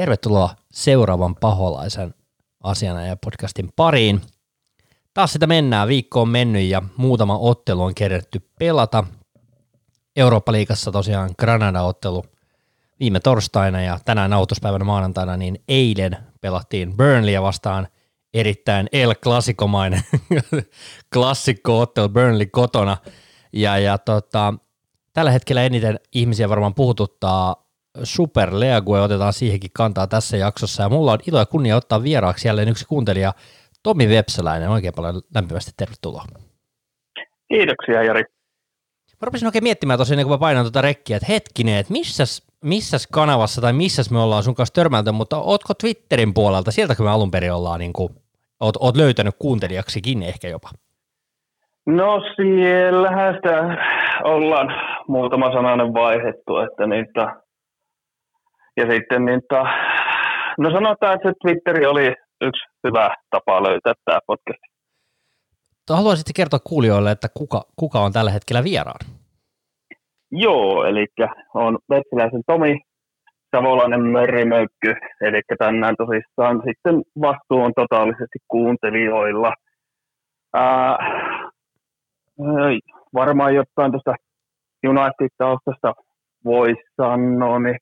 Tervetuloa seuraavan Paholaisen asianajajan podcastin pariin. Taas sitä mennään, viikko on mennyt ja muutama ottelu on kerätty pelata. Eurooppa-liigassa tosiaan Granada-ottelu viime torstaina ja tänään nauhoituspäivänä maanantaina, niin eilen pelattiin Burnleyä vastaan erittäin El Clasico-mainen klassikko-ottelu Burnley kotona. Tällä hetkellä eniten ihmisiä varmaan puhututtaa Super League, otetaan siihenkin kantaa tässä jaksossa, ja mulla on ilo ja kunnia ottaa vieraaksi jälleen yksi kuuntelija, Tomi Vepsäläinen. Oikein paljon lämpimästi tervetuloa. Kiitoksia, Jari. Mä rupesin oikein miettimään tosiaan, ennen kuin mä painan tuota rekkiä, että hetkinen, että missäs kanavassa tai missäs me ollaan sun kanssa törmältä, mutta ootko Twitterin puolelta, sieltäkö me alun perin ollaan, niin kuin, oot löytänyt kuuntelijaksikin ehkä jopa? No siellähän sitä ollaan muutama sananen vaihdettu, että ja sitten no sanotaan, että se Twitteri oli yksi hyvä tapa löytää tämä podcast. Haluaisitko kertoa kuulijoille, että kuka on tällä hetkellä vieraan? Joo, eli on Vepsäläisen Tomi, savolainen Merrimöykky, eli tänään tosissaan sitten vastuu on totaalisesti kuuntelijoilla. Varmaan jotain tuosta United-taustasta voisi sanoa, niin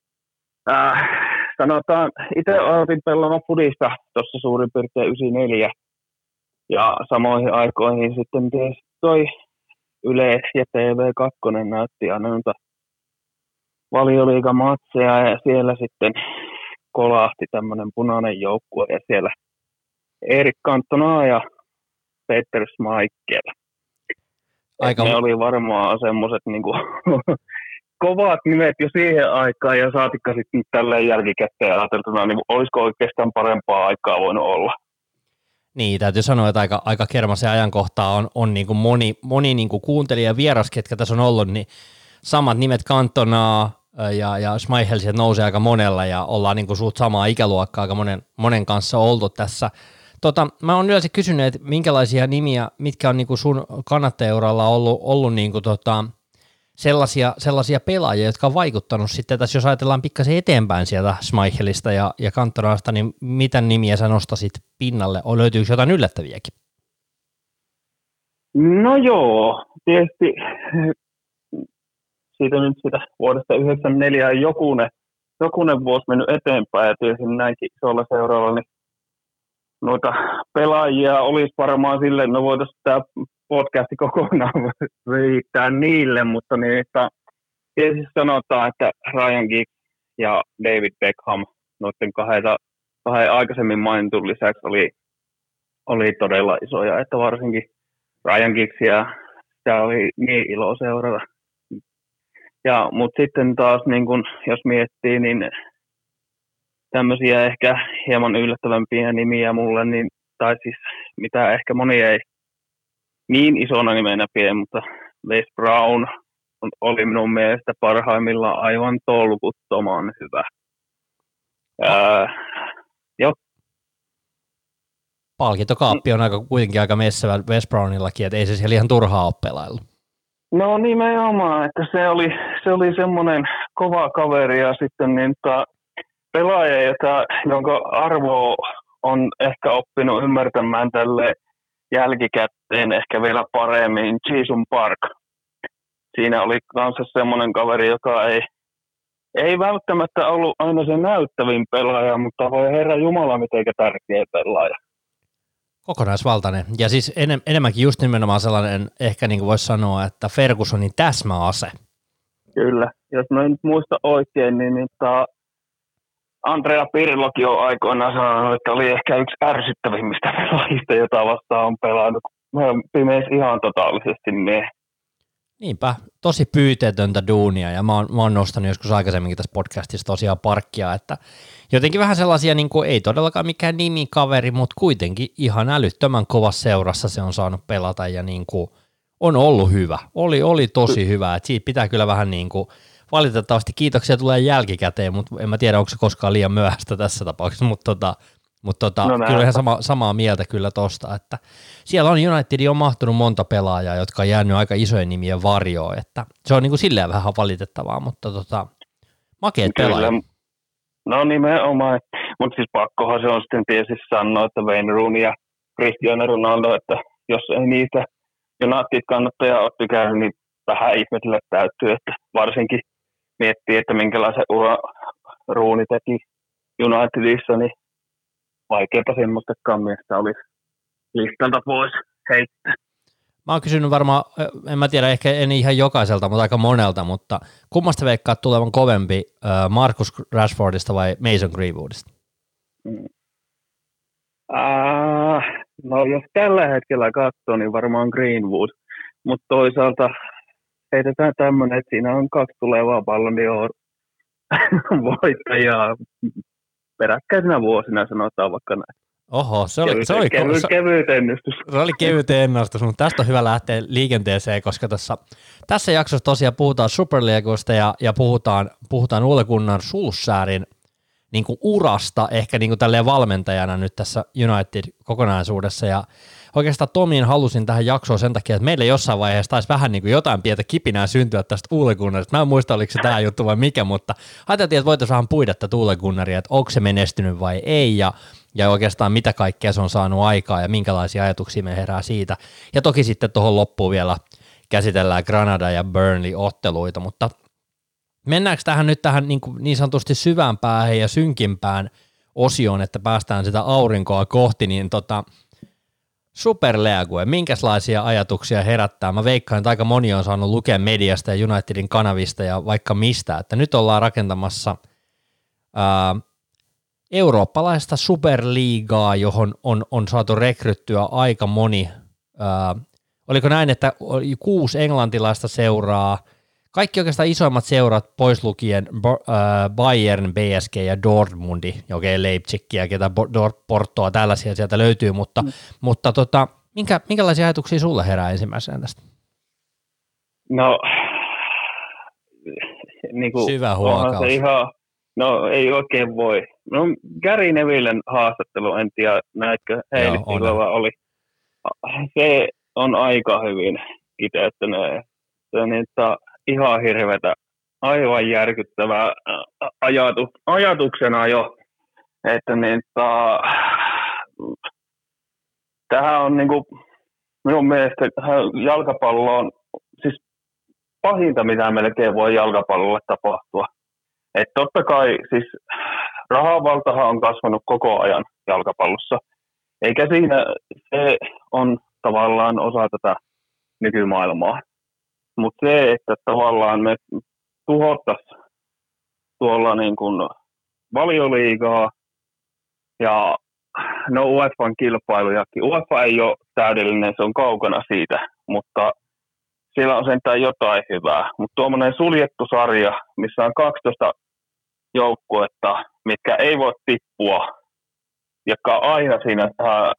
sanotaan, itse aloitin pelaamaan fudista tuossa suurin piirtein 94, ja samoihin aikoihin sitten tietysti toi Yle ja TV2 näytti aina noita Valioliigamatseja, ja siellä sitten kolahti tämmöinen punainen joukkue, ja siellä Erik Cantona ja Peter Schmeichel. Ne oli varmaan semmoiset niinku kovat nimet jo siihen aikaan, ja saatikka sitten tälleen jälkikäteen ajateltuna, niin olisiko oikeastaan parempaa aikaa voinut olla. Niin, täytyy sanoa, että aika kermaisen ajankohtaa on niin kuin moni niin kuin kuuntelija ja vieras, ketkä tässä on ollut, niin samat nimet Cantona ja Schmeichel sieltä nousee aika monella, ja ollaan niin kuin suht samaa ikäluokkaa aika monen kanssa oltu tässä. Mä oon yleensä kysynyt, että minkälaisia nimiä, mitkä on niin kuin sun kannattajauralla ollut niin kuin sellaisia pelaajia, jotka on vaikuttanut sitten tässä, jos ajatellaan pikkasen eteenpäin sieltä Schmeichelista ja Cantonasta, niin mitä nimiä sä nostasit pinnalle? Löytyykö jotain yllättäviäkin? No joo, tietysti siitä nyt sitä vuodesta 1994 on jokunen vuosi mennyt eteenpäin, ja tietysti näinkin isolla seuralla, niin noita pelaajia olisi varmaan silleen, no voitaisiin tämä podcasti kokonaan riittää niille, mutta tietysti sanotaan, että Ryan Giggs ja David Beckham noiden kahden aikaisemmin mainitun lisäksi oli todella isoja, että varsinkin Ryan Giggsia sitä oli niin ilo seurata. Mutta sitten taas, niin kun, jos miettii, niin tämmöisiä ehkä hieman yllättävämpiä nimiä mulle, niin, tai siis mitä ehkä moni ei niin isona nimenä pidä, mutta Les Brown oli minun mielestä parhaimmillaan aivan tolkuttoman hyvä. Joo. Palkintokaappi on kuitenkin aika messevä Wes Brownillakin, että ei se siellä ihan turhaa ole pelaillut. No nimenomaan, että se oli semmoinen kova kaveri, ja sitten pelaaja, jonka arvo on ehkä oppinut ymmärtämään tälle jälkikäteen ehkä vielä paremmin, Jason Park. Siinä oli kanssa semmoinen kaveri, joka ei välttämättä ollut aina se näyttävin pelaaja, mutta voi herra jumala mitenkä tärkeä pelaaja. Kokonaisvaltainen. Ja siis enemmänkin just nimenomaan sellainen, ehkä niin kuin voisi sanoa, että Fergusonin täsmäase. Kyllä. Jos mä nyt muista oikein, niin Andrea Pirlokin on aikoinaan sanonut, että oli ehkä yksi ärsyttävimmistä pelaajista, jota vastaan on pelannut. Mä pimeis ihan totaalisesti ne. Niinpä, tosi pyyteetöntä duunia, ja mä oon nostanut joskus aikaisemminkin tässä podcastissa tosiaan Parkkia, että jotenkin vähän sellaisia, niin kuin, ei todellakaan mikään nimikaveri, mutta kuitenkin ihan älyttömän kovassa seurassa se on saanut pelata, ja niin kuin, on ollut hyvä, oli tosi hyvä, että siitä pitää kyllä vähän niin kuin, valitettavasti kiitoksia tulee jälkikäteen, mutta en mä tiedä, onko se koskaan liian myöhäistä tässä tapauksessa, mutta kyllä ihan samaa mieltä kyllä tosta, että siellä on Unitedin on mahtunut monta pelaajaa, jotka on jäänyt aika isojen nimien varjoon, että se on niin kuin silleen vähän valitettavaa, mutta makeat pelaajat. No nimenomaan, mutta siis pakkohan se on sitten tietysti sanoa, että Wayne Rooney ja Cristiano Ronaldo, että jos ei niitä United kannattajaa otti käynyt, niin vähän ihmetellä täytyy, että varsinkin miettii, että minkälaisen ura Rooney teki Unitedissa, niin vaikeapa semmoistakaan miestä olisi listalta pois heittää. Mä oon kysynyt varmaan, en mä tiedä, ehkä en ihan jokaiselta, mutta aika monelta, mutta kummasta veikkaat tulevan kovempi, Marcus Rashfordista vai Mason Greenwoodista? No jos tällä hetkellä katsoo, niin varmaan Greenwood, mutta toisaalta heitetään tämmöinen, että siinä on 2 tulevaa Ballon d'Or voittajaa peräkkäisenä vuosina, sanotaan vaikka näin. Oho, se oli kevyt ennustus. Se oli kevyt ennustus, mutta tästä on hyvä lähteä liikenteeseen, koska tässä jaksossa tosiaan puhutaan Superliigoista ja puhutaan Ole Gunnar Solskjaerin niin kuin urasta ehkä niin kuin tälleen valmentajana nyt tässä United-kokonaisuudessa, ja oikeastaan Tomiin halusin tähän jaksoon sen takia, että meille jossain vaiheessa taisi vähän niin kuin jotain pientä kipinää syntyä tästä Ole Gunnarista. Mä en muista, oliko se tämä juttu vai mikä, mutta ajateltiin, että voitaisiin vähän puida tätä Ole Gunnaria, että onko se menestynyt vai ei, ja oikeastaan mitä kaikkea se on saanut aikaa ja minkälaisia ajatuksia me herää siitä. Ja toki sitten tuohon loppuun vielä käsitellään Granada ja Burnley-otteluita, mutta mennäänkö tähän niin sanotusti syvään päähän ja synkimpään osioon, että päästään sitä aurinkoa kohti, niin Superleague, minkälaisia ajatuksia herättää? Mä veikkaan, että aika moni on saanut lukea mediasta ja Unitedin kanavista ja vaikka mistä, että nyt ollaan rakentamassa eurooppalaista superliigaa, johon on saatu rekryttyä aika moni. Oliko näin, että 6 englantilaista seuraa, kaikki oikeastaan isoimmat seurat pois lukien Bayern, BSG ja Dortmundi, okei Leipzigia, ketä Portoa, tällaisia sieltä löytyy, mutta minkälaisia ajatuksia sulle herää ensimmäisenä tästä? No, niin kuin, syvä huokaus. No ei oikein voi. No Gary Nevillen haastattelu, en tiedä näitkö heille oli. Se on aika hyvin kiteyttänyt. Se on ihan hirveätä, aivan järkyttävää ajatuksena jo, että tähän on niinku, minun mielestä jalkapallo on siis pahinta, mitä melkein voi jalkapallolle tapahtua. Että totta kai siis rahavaltahan on kasvanut koko ajan jalkapallossa, eikä siinä, se on tavallaan osa tätä nykymaailmaa. Mutta se, että tavallaan me tuhottaisiin tuolla niin kuin Valioliigaa ja no UEFAn kilpailujakin. UEFA ei ole täydellinen, se on kaukana siitä, mutta siellä on sentään jotain hyvää. Mutta tuommoinen suljettu sarja, missä on 12 joukkuetta, mitkä ei voi tippua, jotka on aina siinä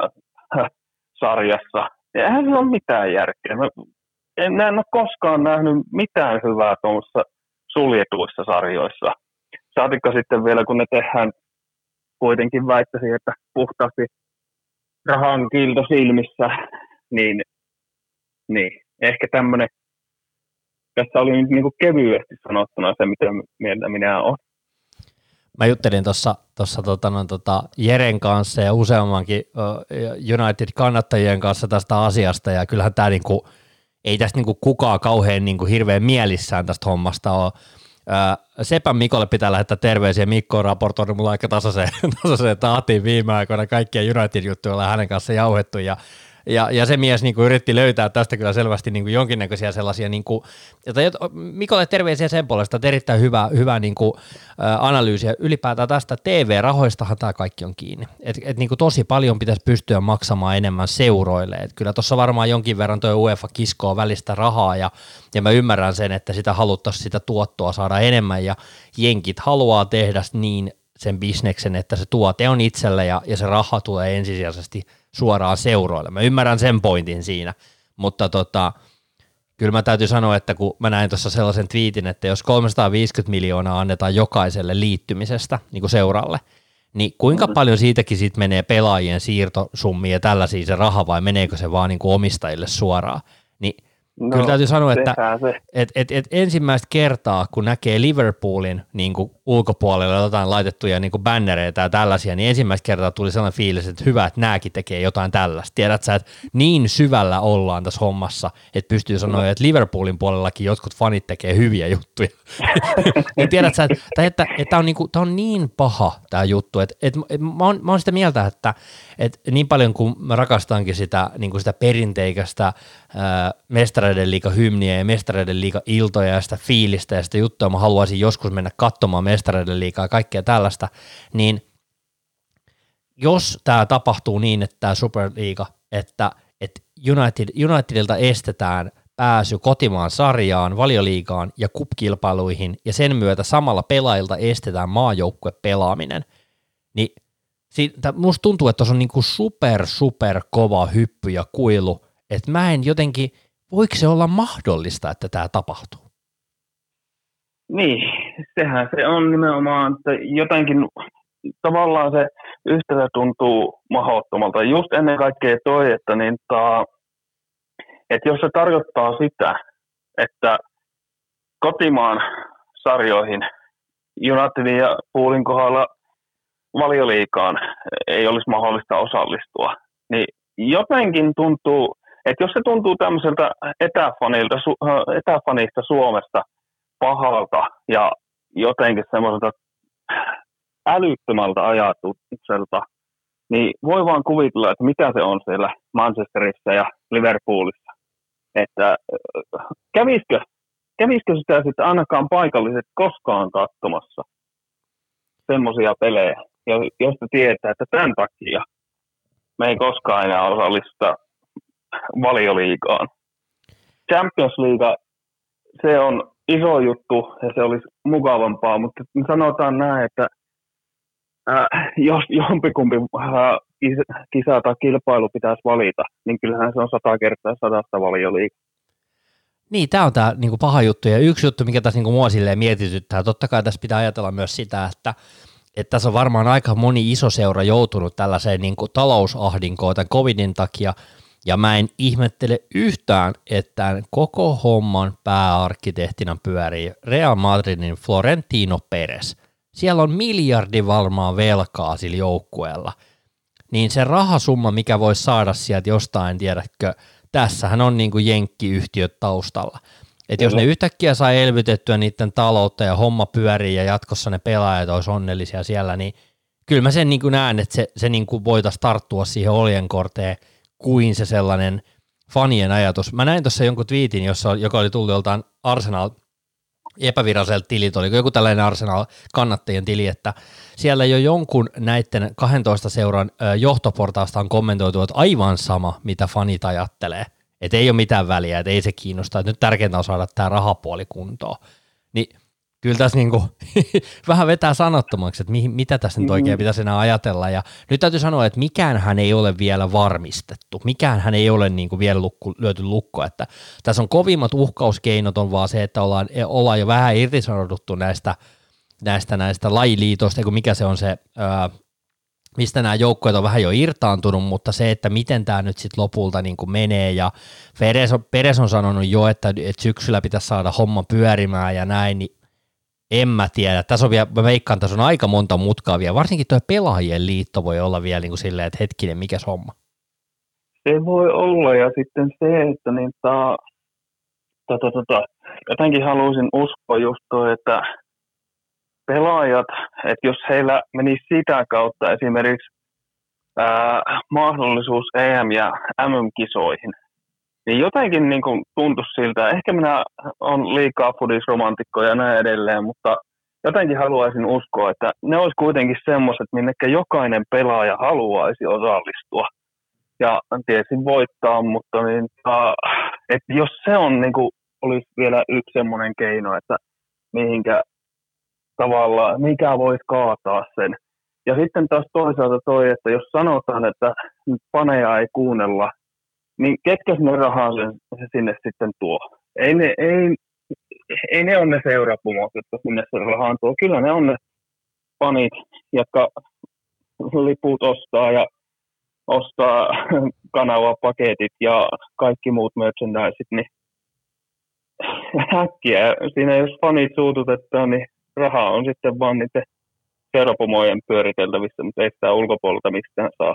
sarjassa, niin eihän sillä ole mitään järkeä. En ole koskaan nähnyt mitään hyvää tuossa suljetuissa sarjoissa. Saatikka sitten vielä, kun ne tehdään, kuitenkin väittäisin, että puhtaasti rahan kiilto silmissä, niin ehkä tämmöinen, tässä oli nyt niin kuin kevyesti sanottuna se, mitä mieltä minä olen. Mä juttelin tuossa Jeren kanssa ja useammankin United-kannattajien kanssa tästä asiasta, ja kyllähän tämä niinku, ei tästä niinku kukaan kauhean niinku hirveän mielissään tästä hommasta ole. Sepän Mikolle pitää lähettää terveisiä. Mikko on raportoinut mulla aika tasaiseen tahtiin viime aikoina. Kaikkia United-juttuja ollaan hänen kanssa jauhettu, ja se mies niinku yritti löytää tästä kyllä selvästi niinku jonkinnäköisiä sellaisia, niinku, Mikolle terveisiä sen puolesta, että erittäin hyvää niinku, analyysiä ylipäätään tästä. TV-rahoistahan tämä kaikki on kiinni. Et niinku tosi paljon pitäisi pystyä maksamaan enemmän seuroille. Et kyllä tuossa varmaan jonkin verran tuo UEFA kiskoo välistä rahaa, ja mä ymmärrän sen, että sitä haluttaisiin sitä tuottoa saada enemmän, ja jenkit haluaa tehdä niin sen bisneksen, että se tuote on itselle ja se raha tulee ensisijaisesti suoraan seuroille. Mä ymmärrän sen pointin siinä, mutta kyllä mä täytyy sanoa, että kun mä näin tuossa sellaisen twiitin, että jos 350 miljoonaa annetaan jokaiselle liittymisestä niin kuin seuralle, niin kuinka paljon siitäkin sit menee pelaajien siirtosummia ja tällaisia se raha, vai meneekö se vaan niin kuin omistajille suoraan? Niin Kyllä täytyy sanoa, että ensimmäistä kertaa, kun näkee Liverpoolin niin kuin ulkopuolella jotain laitettuja niin kuin bannereita ja tällaisia, niin ensimmäistä kertaa tuli sellainen fiilis, että hyvä, että nääkin tekee jotain tällaista. Tiedät sä, että niin syvällä ollaan tässä hommassa, että pystyy sanoa, että Liverpoolin puolellakin jotkut fanit tekee hyviä juttuja. Niin tiedät sä, että tämä on niin paha tämä juttu, että mä oon sitä mieltä, että niin paljon kuin mä rakastankin sitä, niin kuin sitä perinteikästä Mestareiden liiga hymniä ja Mestareiden liiga iltoja ja sitä fiilistä ja sitä juttua, mä haluaisin joskus mennä katsomaan Mestareiden liigaa ja kaikkea tällaista, niin jos tämä tapahtuu niin, että tämä Superliiga, että Unitedilta estetään pääsy kotimaan sarjaan, Valioliigaan ja cup-kilpailuihin ja sen myötä samalla pelaajilta estetään maajoukkuepelaaminen, niin musta tuntuu, että tuossa on niinku super kova hyppy ja kuilu, että mä en jotenkin, voiko se olla mahdollista, että tämä tapahtuu? Niin, sehän se on nimenomaan, että jotenkin tavallaan se yhtälö tuntuu mahdottomalta. Just ennen kaikkea toi, että, että jos se tarkoittaa sitä, että kotimaan sarjoihin Unitedin ja Poolin kohdalla Valioliigaan ei olisi mahdollista osallistua, niin jotenkin tuntuu, että jos se tuntuu tämmöiseltä etäfanista Suomesta pahalta ja jotenkin semmoiselta älyttömältä ajatukselta, niin voi vaan kuvitella, että mitä se on siellä Manchesterissa ja Liverpoolissa. Että kävisikö sitä sitten ainakaan paikalliset koskaan katsomassa semmoisia pelejä, josta tietää, että tämän takia me ei koskaan enää osallistuta Valioliigaan. Champions League, se on iso juttu ja se olisi mukavampaa, mutta sanotaan näin, että jos jompikumpi kisa tai kilpailu pitäisi valita, niin kyllähän se on 100 kertaa 100 Valioliiga. Niin, tämä on tämä niinku paha juttu, ja yksi juttu, mikä tässä niinku mua silleen mietityttää, totta kai tässä pitää ajatella myös sitä, että tässä on varmaan aika moni iso seura joutunut tällaiseen niinku talousahdinkoon tämän covidin takia, ja mä en ihmettele yhtään, että koko homman pääarkkitehtina pyörii Real Madridin Florentino Perez. Siellä on miljardi varmaan velkaa sillä joukkueella, niin se rahasumma, mikä voisi saada sieltä jostain, tiedätkö, tässähän on niin kuin jenkkiyhtiöt taustalla. Että jos ne yhtäkkiä saa elvytettyä niiden taloutta ja homma pyörii ja jatkossa ne pelaajat olisi onnellisia siellä, niin kyllä mä sen niin kuin näen, että se niin kuin voitaisiin tarttua siihen oljenkorteen kuin se sellainen fanien ajatus. Mä näin tuossa jonkun twiitin, joka oli tullut joltain Arsenal epäviralliselta tilit, oliko joku tällainen Arsenal-kannattajien tili, että siellä jo jonkun näiden 12 seuran johtoportaasta on kommentoitu, että aivan sama, mitä fanit ajattelee, että ei ole mitään väliä, että ei se kiinnosta, että nyt tärkeintä on saada tämä rahapuoli kuntoon, niin kyllä tässä niinku vähän vetää sanottomaksi, että mitä tässä nyt oikein pitäisi enää ajatella, ja nyt täytyy sanoa, että mikäänhän ei ole vielä varmistettu, mikäänhän ei ole niinku vielä lyöty lukko, että tässä on kovimmat uhkauskeinot on vaan se, että ollaan jo vähän irtisanouduttu näistä lajiliitoista, kun mikä se on se, mistä nämä joukkueet on vähän jo irtaantunut, mutta se, että miten tämä nyt sitten lopulta niin kuin menee, ja Perez on sanonut jo, että syksyllä pitäisi saada homma pyörimään ja näin, niin en mä tiedä. Tässä on vielä, mä veikkaan, tässä on aika monta mutkaa vielä. Varsinkin tuo pelaajien liitto voi olla vielä niin kuin silleen, että hetkinen, mikäs homma? Se voi olla, ja sitten se, että jotenkin haluaisin uskoa just toi, että pelaajat, että jos heillä menisi sitä kautta esimerkiksi mahdollisuus EM- ja MM-kisoihin, niin jotenkin niin kuin tuntuisi siltä, ehkä minä olen liikaa fudisromantikko ja näin edelleen, mutta jotenkin haluaisin uskoa, että ne olisi kuitenkin semmoiset, minnekä jokainen pelaaja haluaisi osallistua ja tietysti voittaa, mutta että jos se on, niin kuin, olisi vielä yksi semmoinen keino, että mikä voisi kaataa sen. Ja sitten taas toisaalta toi, että jos sanotaan, että paneja ei kuunnella, niin ketkä sinne rahaa se sinne sitten tuo? Ei ne ole ne seurapumot, jotka sinne se rahaan tuo. Kyllä ne on ne fanit, jotka liput ostaa ja ostaa kanavapaketit ja kaikki muut merchandiseit, niin äkkiä. Siinä jos fanit suututetaan, niin rahaa on sitten vaan niiden seurapomojen pyöriteltävissä, mutta ei sitä ulkopuolelta mistään saa.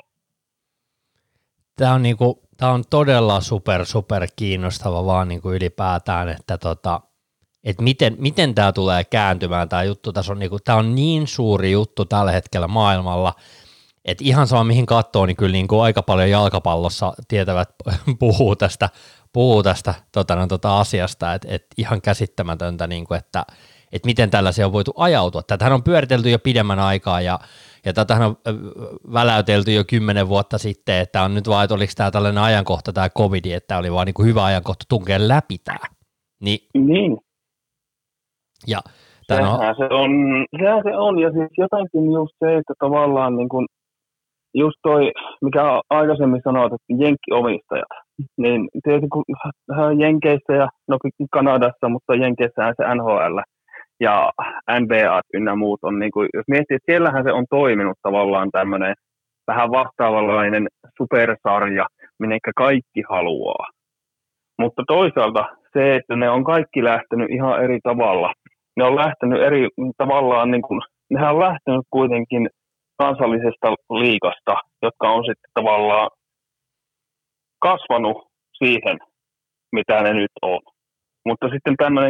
Tämä on todella super kiinnostava vaan niinku ylipäätään, että et miten tämä tulee kääntymään tämä juttu. Tämä on niin suuri juttu tällä hetkellä maailmalla, että ihan sama mihin katsoo, niin kyllä niinku aika paljon jalkapallossa tietävät puhuu tästä asiasta, että ihan käsittämätöntä, niinku, että miten tällaisia on voitu ajautua. Tätähän on pyöritelty jo pidemmän aikaa ja tätähän on väläytelty jo 10 vuotta sitten, että on nyt vaan, että oliko tämä tällainen ajankohta, tämä covid, että oli vaan niin kuin hyvä ajankohta tunkea läpi tämä. Niin. Ja sehän se on, ja siis jotenkin just se, että tavallaan niin kuin, just toi, mikä aikaisemmin sanoit, että jenkkiomistajat, niin tietysti kun Jenkeissä ja Kanadassa, mutta Jenkeissähän se NHL ja NBA ynnä muut on, niin kuin, jos miettii, että siellähän se on toiminut tavallaan tämmöinen vähän vastaavanlainen supersarja, minkä kaikki haluaa. Mutta toisaalta se, että ne on kaikki lähtenyt ihan eri tavalla. Ne on lähtenyt eri tavallaan, niin kuin, nehän on lähtenyt kuitenkin kansallisesta liigasta, jotka on sitten tavallaan kasvanut siihen, mitä ne nyt on. Mutta sitten tämmöinen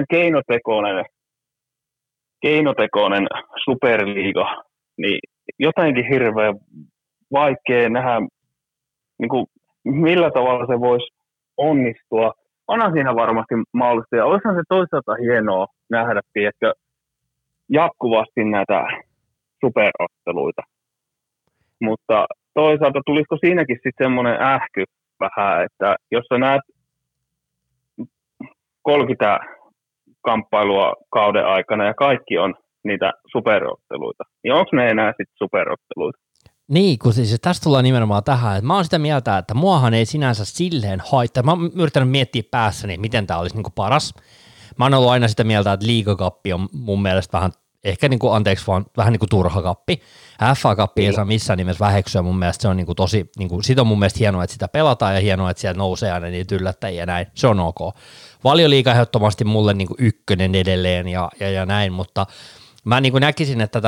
keinotekoinen superliiga, niin jotenkin hirveän vaikea nähdä, niin kuin, millä tavalla se voisi onnistua. Onhan siinä varmasti mahdollista, ja olisihan se toisaalta hienoa nähdä, tiedätkö, jatkuvasti näitä superotteluita. Mutta toisaalta tulisiko siinäkin sitten semmoinen ähky vähän, että jos sä näet 30 kamppailua kauden aikana ja kaikki on niitä superotteluita, niin onko ne enää sitten superotteluita? Niin, kun siis tästä tullaan nimenomaan tähän, että mä oon sitä mieltä, että muahan ei sinänsä silleen haittaa. Mä oon yrittänyt miettiä päässäni, miten tää olisi niinku paras. Mä oon ollut aina sitä mieltä, että liigakappi on mun mielestä vähän, ehkä niinku, anteeksi vaan, vähän niin kuin turha kappi. FA-kappi ei saa missään nimessä väheksyä, mun mielestä se on niinku tosi, niinku, sit on mun mielestä hienoa, että sitä pelataan ja hienoa, että sieltä nousee aina niitä yllättäjiä ja näin, se on ok. Valioliiga ehdottomasti mulle niinku ykkönen edelleen ja näin, mutta mä niinku näkisin, että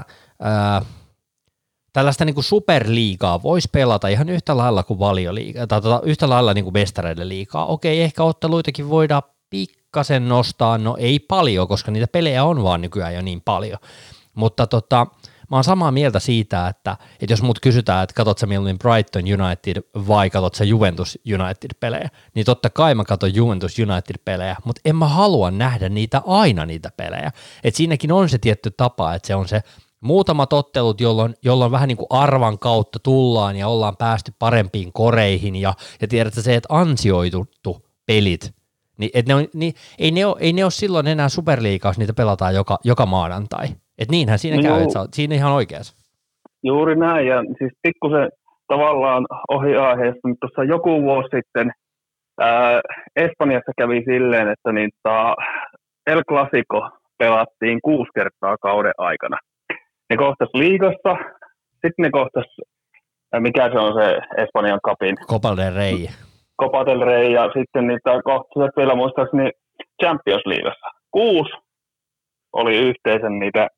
tällaista niin kuin superliigaa voisi pelata ihan yhtä lailla kuin Valioliigaa, tai yhtä lailla niin kuin mestareiden liigaa. Okei, ehkä otteluitakin voidaan pikkasen nostaa, no ei paljon, koska niitä pelejä on vaan nykyään jo niin paljon. Mutta mä oon samaa mieltä siitä, että jos mut kysytään, että katsot sä mieluummin Brighton United vai katsot sä Juventus United-pelejä, niin totta kai mä katson Juventus United-pelejä, mutta en mä halua nähdä niitä aina niitä pelejä. Et siinäkin on se tietty tapa, että se on se muutamat ottelut, jolloin vähän niin kuin arvan kautta tullaan ja ollaan päästy parempiin koreihin ja tiedätkö se, että ansioituttu pelit, niin ei ne ole silloin enää superliigaa, jos niitä pelataan joka maanantai. Että niinhän siinä käy, että siinä ihan oikeassa. Juuri näin, ja siis pikkusen tavallaan ohi aiheesta, mutta tuossa joku vuosi sitten Espanjassa kävi silleen, että El Clasico pelattiin 6 kertaa kauden aikana. Ne kohtas liigassa, sitten ne kohtas, mikä se on se Espanjan kapin? Copa del Rey. Copa del Rey, ja sitten niitä kohtasivat vielä muistaakseni Champions Leagueassa. 6 oli yhteensä niitä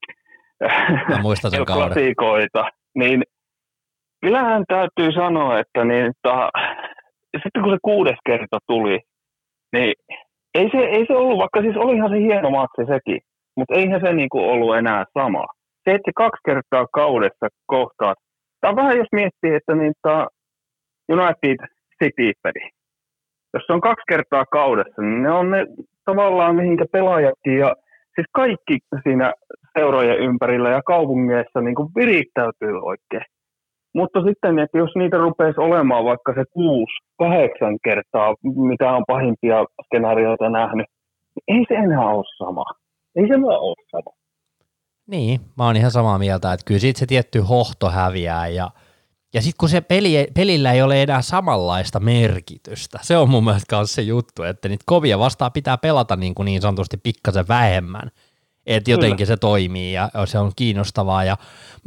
El Clasicoita. Niin kyllähän täytyy sanoa, että sitten kun se 6. kerta tuli, niin ei se ollut, vaikka siis olihan se hieno matsi sekin, mutta eihän se niinku ollut enää sama. Se, että 2 kertaa kaudessa kohtaat. Tämä on vähän, jos miettii, että United City-peli. Jos se on 2 kertaa kaudessa, niin ne on ne tavallaan mihinkä pelaajatkin ja siis kaikki siinä seurojen ympärillä ja kaupungeissa niin kuin virittäytyy oikein. Mutta sitten, että jos niitä rupeisi olemaan vaikka se 6-8 kertaa, mitä on pahimpia skenaarioita nähnyt, niin ei se enää ole sama. Ei se vaan ole sama. Niin, mä oon ihan samaa mieltä, että kyllä siitä se tietty hohto häviää ja sitten kun se pelillä ei ole enää samanlaista merkitystä, se on mun mielestä myös se juttu, että niitä kovia vastaan pitää pelata niin sanotusti pikkasen vähemmän, että jotenkin se toimii ja se on kiinnostavaa ja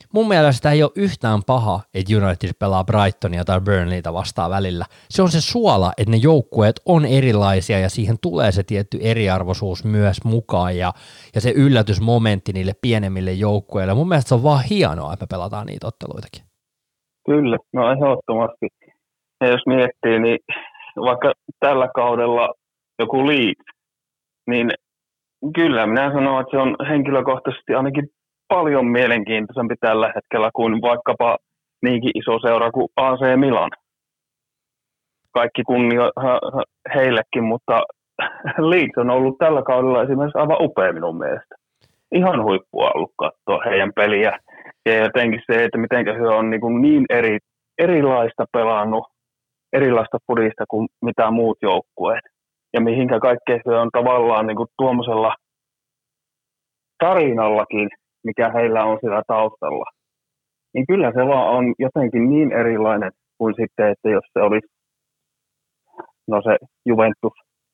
mun mielestä ei ole yhtään paha, että United pelaa Brightonia tai Burnleytä vastaan välillä. Se on se suola, että ne joukkueet on erilaisia ja siihen tulee se tietty eriarvoisuus myös mukaan ja se yllätysmomentti niille pienemmille joukkueille. Mun mielestä se on vaan hienoa, että me pelataan niitä otteluitakin. Kyllä, no ehdottomasti. Ja jos miettii, niin vaikka tällä kaudella joku Leeds, niin kyllä minä sanon, että se on henkilökohtaisesti ainakin paljon mielenkiintoisempi tällä hetkellä kuin vaikkapa niinkin iso seura kuin AC Milan. Kaikki kunnia heillekin, mutta Leeds on ollut tällä kaudella esimerkiksi aivan upea minun mielestä. Ihan huippua ollut katsoa heidän peliä. Ja jotenkin se, että miten he on niin erilaista pelannut, erilaista fudista kuin mitä muut joukkueet. Ja mihinkä kaikkea se on tavallaan tuommoisella tarinallakin, mikä heillä on siellä taustalla. Niin kyllä se vaan on jotenkin niin erilainen kuin sitten, että jos se olisi se Juventus,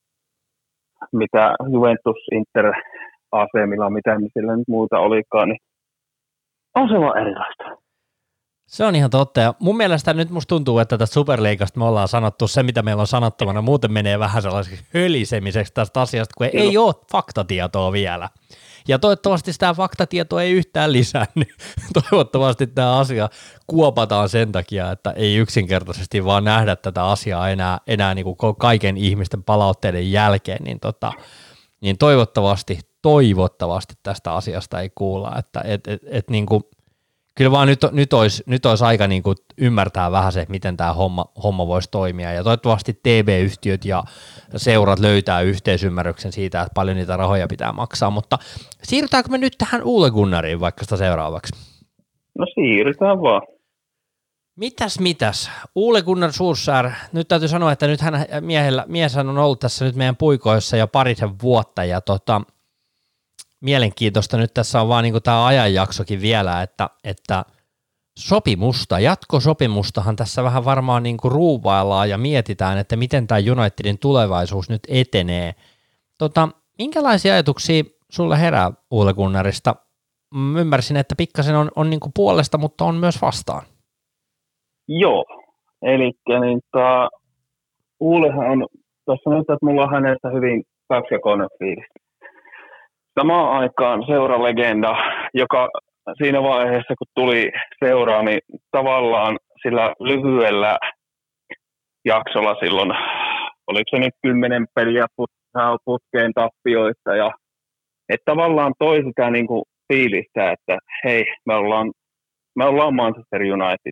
Inter, AC Milan, mitä sillä nyt muuta olikaan, niin on se vaan erilaista. Se on ihan totta, ja mun mielestä nyt musta tuntuu, että tästä Superliigasta me ollaan sanottu se, mitä meillä on sanottavana, muuten menee vähän sellaiseksi hölisemiseksi tästä asiasta, kun ei ole faktatietoa vielä. Ja toivottavasti sitä faktatietoa ei yhtään lisännyt. Toivottavasti tämä asia kuopataan sen takia, että ei yksinkertaisesti vaan nähdä tätä asiaa enää niin kuin kaiken ihmisten palautteiden jälkeen, niin toivottavasti tästä asiasta ei kuulla, että niin kuin kyllä vaan nyt olisi aika niin kuin ymmärtää vähän se, miten tämä homma voisi toimia, ja toivottavasti TV-yhtiöt ja seurat löytää yhteisymmärryksen siitä, että paljon niitä rahoja pitää maksaa, mutta siirrytäänkö me nyt tähän Ole Gunnariin vaikka sitä seuraavaksi? No siirrytään vaan. Mitäs? Ole Gunnar Solskjaer, nyt täytyy sanoa, että nyt mieshän on ollut tässä nyt meidän puikoissa jo parisen vuotta, ja mielenkiintoista nyt tässä on vaan niin kuin tämä ajanjaksokin vielä, että jatkosopimustahan tässä vähän varmaan niin kuin ruuvaillaan ja mietitään, että miten tämä Unitedin tulevaisuus nyt etenee. Minkälaisia ajatuksia sulle herää Ole Gunnarista? Ymmärsin, että pikkasen on niin kuin puolesta, mutta on myös vastaan. Joo, eli niin Ulehan on, tuossa nyt, että mulla on hänestä hyvin kaksijakoinen fiilis. Samaan aikaan seuralegenda, joka siinä vaiheessa, kun tuli seuraan, niin tavallaan sillä lyhyellä jaksolla silloin, oliko se nyt 10 peliä putkeen tappioita, ja että tavallaan toi sitä niin kuin fiilistä, että hei, me ollaan Manchester United,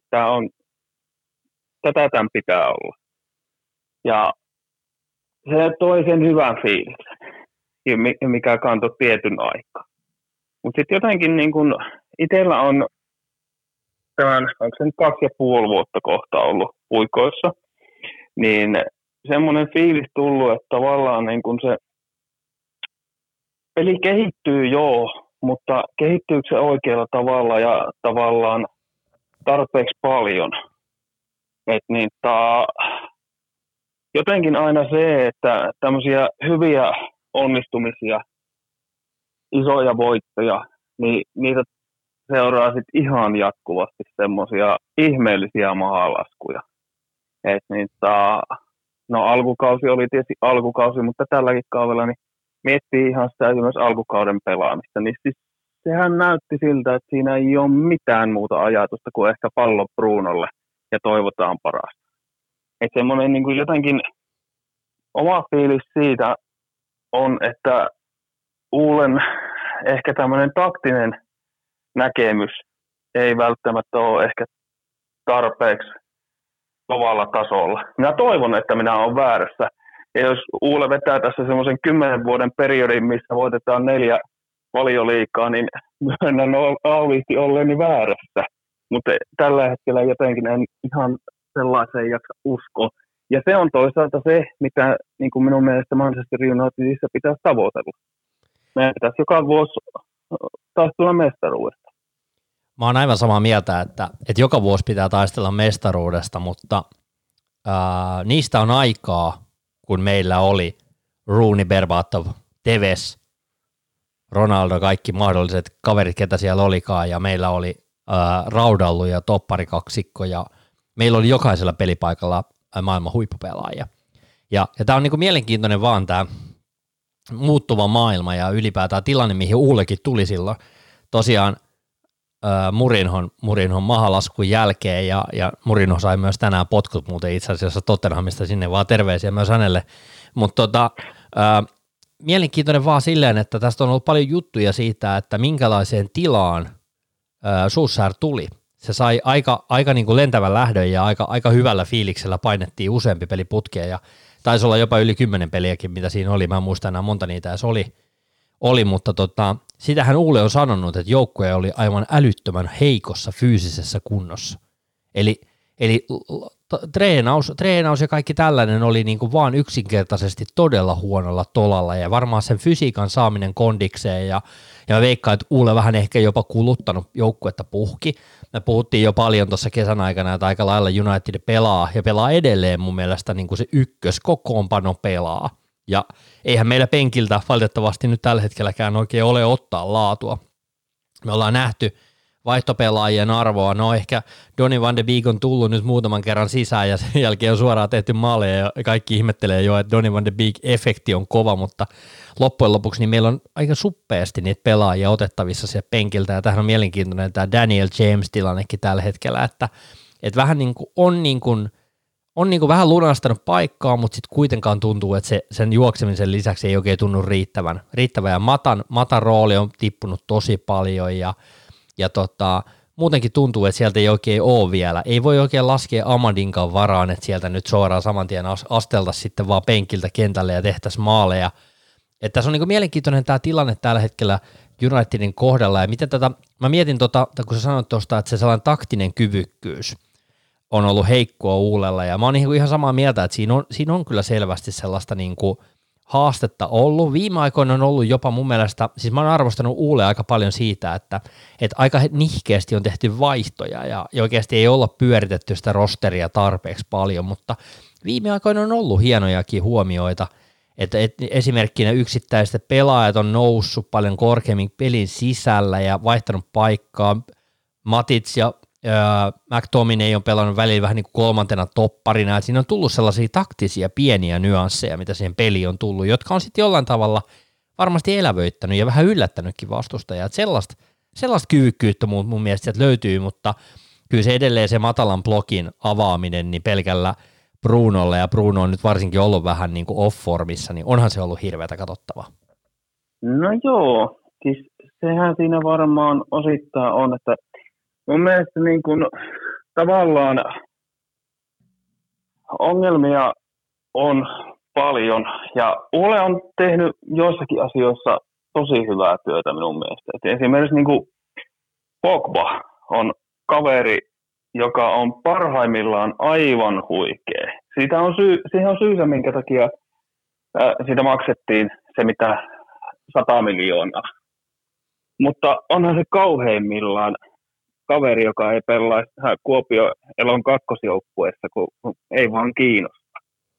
tätä tämän pitää olla. Ja se toi sen hyvän fiiliksen, mikä kantoi tietyn aikaa. Mutta sitten jotenkin niin kun itsellä on tämän, onko se nyt 2,5 vuotta kohta ollut puikoissa, niin semmoinen fiilis tullut, että tavallaan niin kun se peli kehittyy mutta kehittyykö se oikealla tavalla ja tavallaan tarpeeksi paljon. Jotenkin aina se, että tämmöisiä hyviä onnistumisia, isoja voittoja, niin niitä seuraa sitten ihan jatkuvasti semmoisia ihmeellisiä mahalaskuja. Alkukausi oli tietysti alkukausi, mutta tälläkin kaudella niin miettii ihan sitä myös alkukauden pelaamista, niin siis sehän näytti siltä, että siinä ei ole mitään muuta ajatusta kuin ehkä pallo Brunolle ja toivotaan parasta. Että semmoinen niin kuin jotenkin oma fiilis siitä on, että Ulen ehkä tämmöinen taktinen näkemys ei välttämättä ole ehkä tarpeeksi kovalla tasolla. Minä toivon, että minä olen väärässä. Ja jos Ule vetää tässä semmoisen 10 vuoden periodin, missä voitetaan 4 Valioliigaa, niin myönnän auliisti olleeni väärässä. Mutta tällä hetkellä jotenkin en ihan sellaiseen jaksa uskoa. Ja se on toisaalta se, mitä niin kuin minun mielestä Manchester Unitedissa pitäisi tavoitella. Meidän pitäisi joka vuosi taistella mestaruudesta. Mä oon aivan samaa mieltä, että joka vuosi pitää taistella mestaruudesta, mutta niistä on aikaa, kun meillä oli Rooney, Berbatov, Tevez, Ronaldo, kaikki mahdolliset kaverit, ketä siellä olikaan, ja meillä oli raudallu ja topparikaksikko, ja meillä oli jokaisella pelipaikalla maailman huippupelaajia. Ja tämä on niinku mielenkiintoinen vaan tämä muuttuva maailma ja ylipäätään tilanne, mihin Uulekin tuli silloin. Tosiaan Mourinhon mahalaskun jälkeen, ja Mourinho sai myös tänään potkut muuten itse asiassa Tottenhamista, sinne vaan terveisiä myös hänelle. Mutta mielenkiintoinen vaan silleen, että tästä on ollut paljon juttuja siitä, että minkälaiseen tilaan Solskjaer tuli. Se sai aika niin kuin lentävän lähdön ja aika hyvällä fiiliksellä painettiin useampi peli putkeen ja taisi olla jopa yli 10 peliäkin, mitä siinä oli. Mä en muista enää monta niitä edes oli, mutta sitähän Uule on sanonut, että joukkue oli aivan älyttömän heikossa fyysisessä kunnossa. Eli treenaus ja kaikki tällainen oli niin kuin vaan yksinkertaisesti todella huonolla tolalla ja varmaan sen fysiikan saaminen kondikseen ja mä veikkaan, että Uule vähän ehkä jopa kuluttanut joukkuetta puhki. Me puhuttiin jo paljon tuossa kesän aikana, että aika lailla United pelaa edelleen mun mielestä niin kuin se ykköskokoonpano pelaa. Ja eihän meillä penkiltä valitettavasti nyt tällä hetkelläkään oikein ole ottaa laatua. Me ollaan nähty vaihtopelaajien arvoa. No ehkä Donny van de Beek on tullut nyt muutaman kerran sisään ja sen jälkeen on suoraan tehty maaleja ja kaikki ihmettelee jo, että Donny van de Beek-efekti on kova, mutta loppujen lopuksi niin meillä on aika suppeasti niitä pelaajia otettavissa sieltä penkiltä ja tämähän on mielenkiintoinen tämä Daniel James-tilannekin tällä hetkellä, että vähän niin kuin on niin kuin vähän lunastanut paikkaa, mutta sitten kuitenkaan tuntuu, että sen juoksemisen lisäksi ei oikein tunnu riittävän ja Matan rooli on tippunut tosi paljon ja muutenkin tuntuu, että sieltä ei oikein ole vielä. Ei voi oikein laskea Amadinkaan varaan, että sieltä nyt suoraan saman tien astelta sitten vaan penkiltä kentälle ja tehtäisiin maaleja. Että tässä on niin kuin mielenkiintoinen tämä tilanne tällä hetkellä Unitedin kohdalla ja miten mä mietin kun sä sanoit tuosta, että se sellainen taktinen kyvykkyys on ollut heikkoa Uulella ja mä oon ihan samaa mieltä, että siinä on kyllä selvästi sellaista niin kuin haastetta ollut. Viime aikoina on ollut jopa mun mielestä, siis mä oon arvostanut Uule aika paljon siitä, että aika nihkeästi on tehty vaihtoja ja oikeasti ei olla pyöritetty sitä rosteria tarpeeksi paljon, mutta viime aikoina on ollut hienojakin huomioita, että esimerkkinä yksittäiset pelaajat on noussut paljon korkeammin pelin sisällä ja vaihtanut paikkaa. Matic ja McTominay on pelannut välillä vähän niin kuin kolmantena topparina, että siinä on tullut sellaisia taktisia pieniä nyansseja, mitä siihen peliin on tullut, jotka on sitten jollain tavalla varmasti elävöittänyt ja vähän yllättänytkin vastustajaa. Sellaista kyvykkyyttä mun mielestä sieltä löytyy, mutta kyllä se edelleen se matalan blokin avaaminen niin pelkällä Brunolla, ja Bruno on nyt varsinkin ollut vähän niin kuin off-formissa, niin onhan se ollut hirveätä katsottavaa. No joo, siis sehän siinä varmaan osittain on, että mun mielestä niin kuin, tavallaan ongelmia on paljon ja Ule on tehnyt joissakin asioissa tosi hyvää työtä minun mielestä. Et esimerkiksi niin kuin Pogba on kaveri, joka on parhaimmillaan aivan huikea. Siihen on syysä, minkä takia siitä maksettiin se mitä 100 miljoonaa. Mutta onhan se kauheimmillaan kaveri, joka ei pelaa Kuopio Elon kakkosjoukkueessa, kun ei vaan kiinnosta.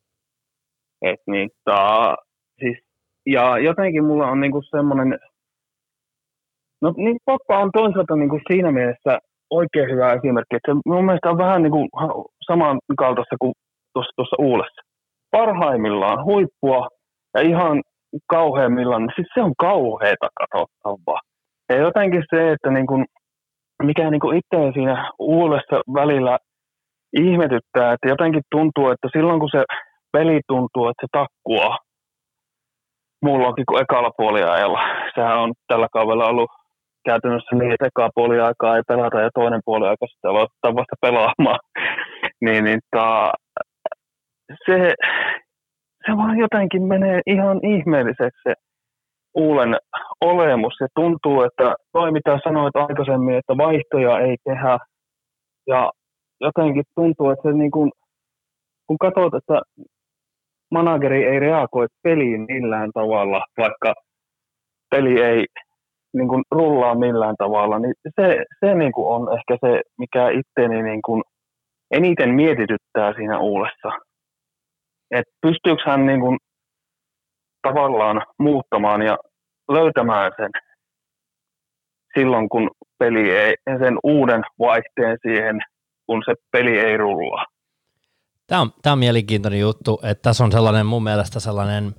Siis, ja jotenkin mulla on niinku semmoinen, no niin Pogba on toisaalta niinku siinä mielessä oikein hyvä esimerkki, että se mun mielestä on vähän niinku samankaltaista kuin tuossa Uulessa. Parhaimmillaan huippua ja ihan kauheimmillaan, siis se on kauheeta katsottavaa. Ja jotenkin se, että niinku mikä niinku itse siinä Uulessa välillä ihmetyttää, että jotenkin tuntuu, että silloin kun se peli tuntuu, että se takkuaa mullakin kuin ekalla puoliajalla. Sehän on tällä kaudella ollut käytännössä niin, että eka puoliaikaa ei pelata ja toinen puoliaika sitten aloittaa vasta pelaamaan. Se vaan jotenkin menee ihan ihmeelliseksi se Uulen olemus. Se tuntuu, että toi mitä sanoit aikaisemmin, että vaihtoja ei tehdä. Ja jotenkin tuntuu, että se niin kun katsot, että manageri ei reagoi peliin millään tavalla, vaikka peli ei niin kuin rullaa millään tavalla, niin se niin kuin on ehkä se, mikä itseäni niin kuin eniten mietityttää siinä Uulessa. Että pystyykö hän niin kuin tavallaan muuttamaan ja löytämään sen silloin, kun peli ei, sen uuden vaihteen siihen, kun se peli ei rullaa. Tämä on mielenkiintoinen juttu, että tässä on sellainen mun mielestä sellainen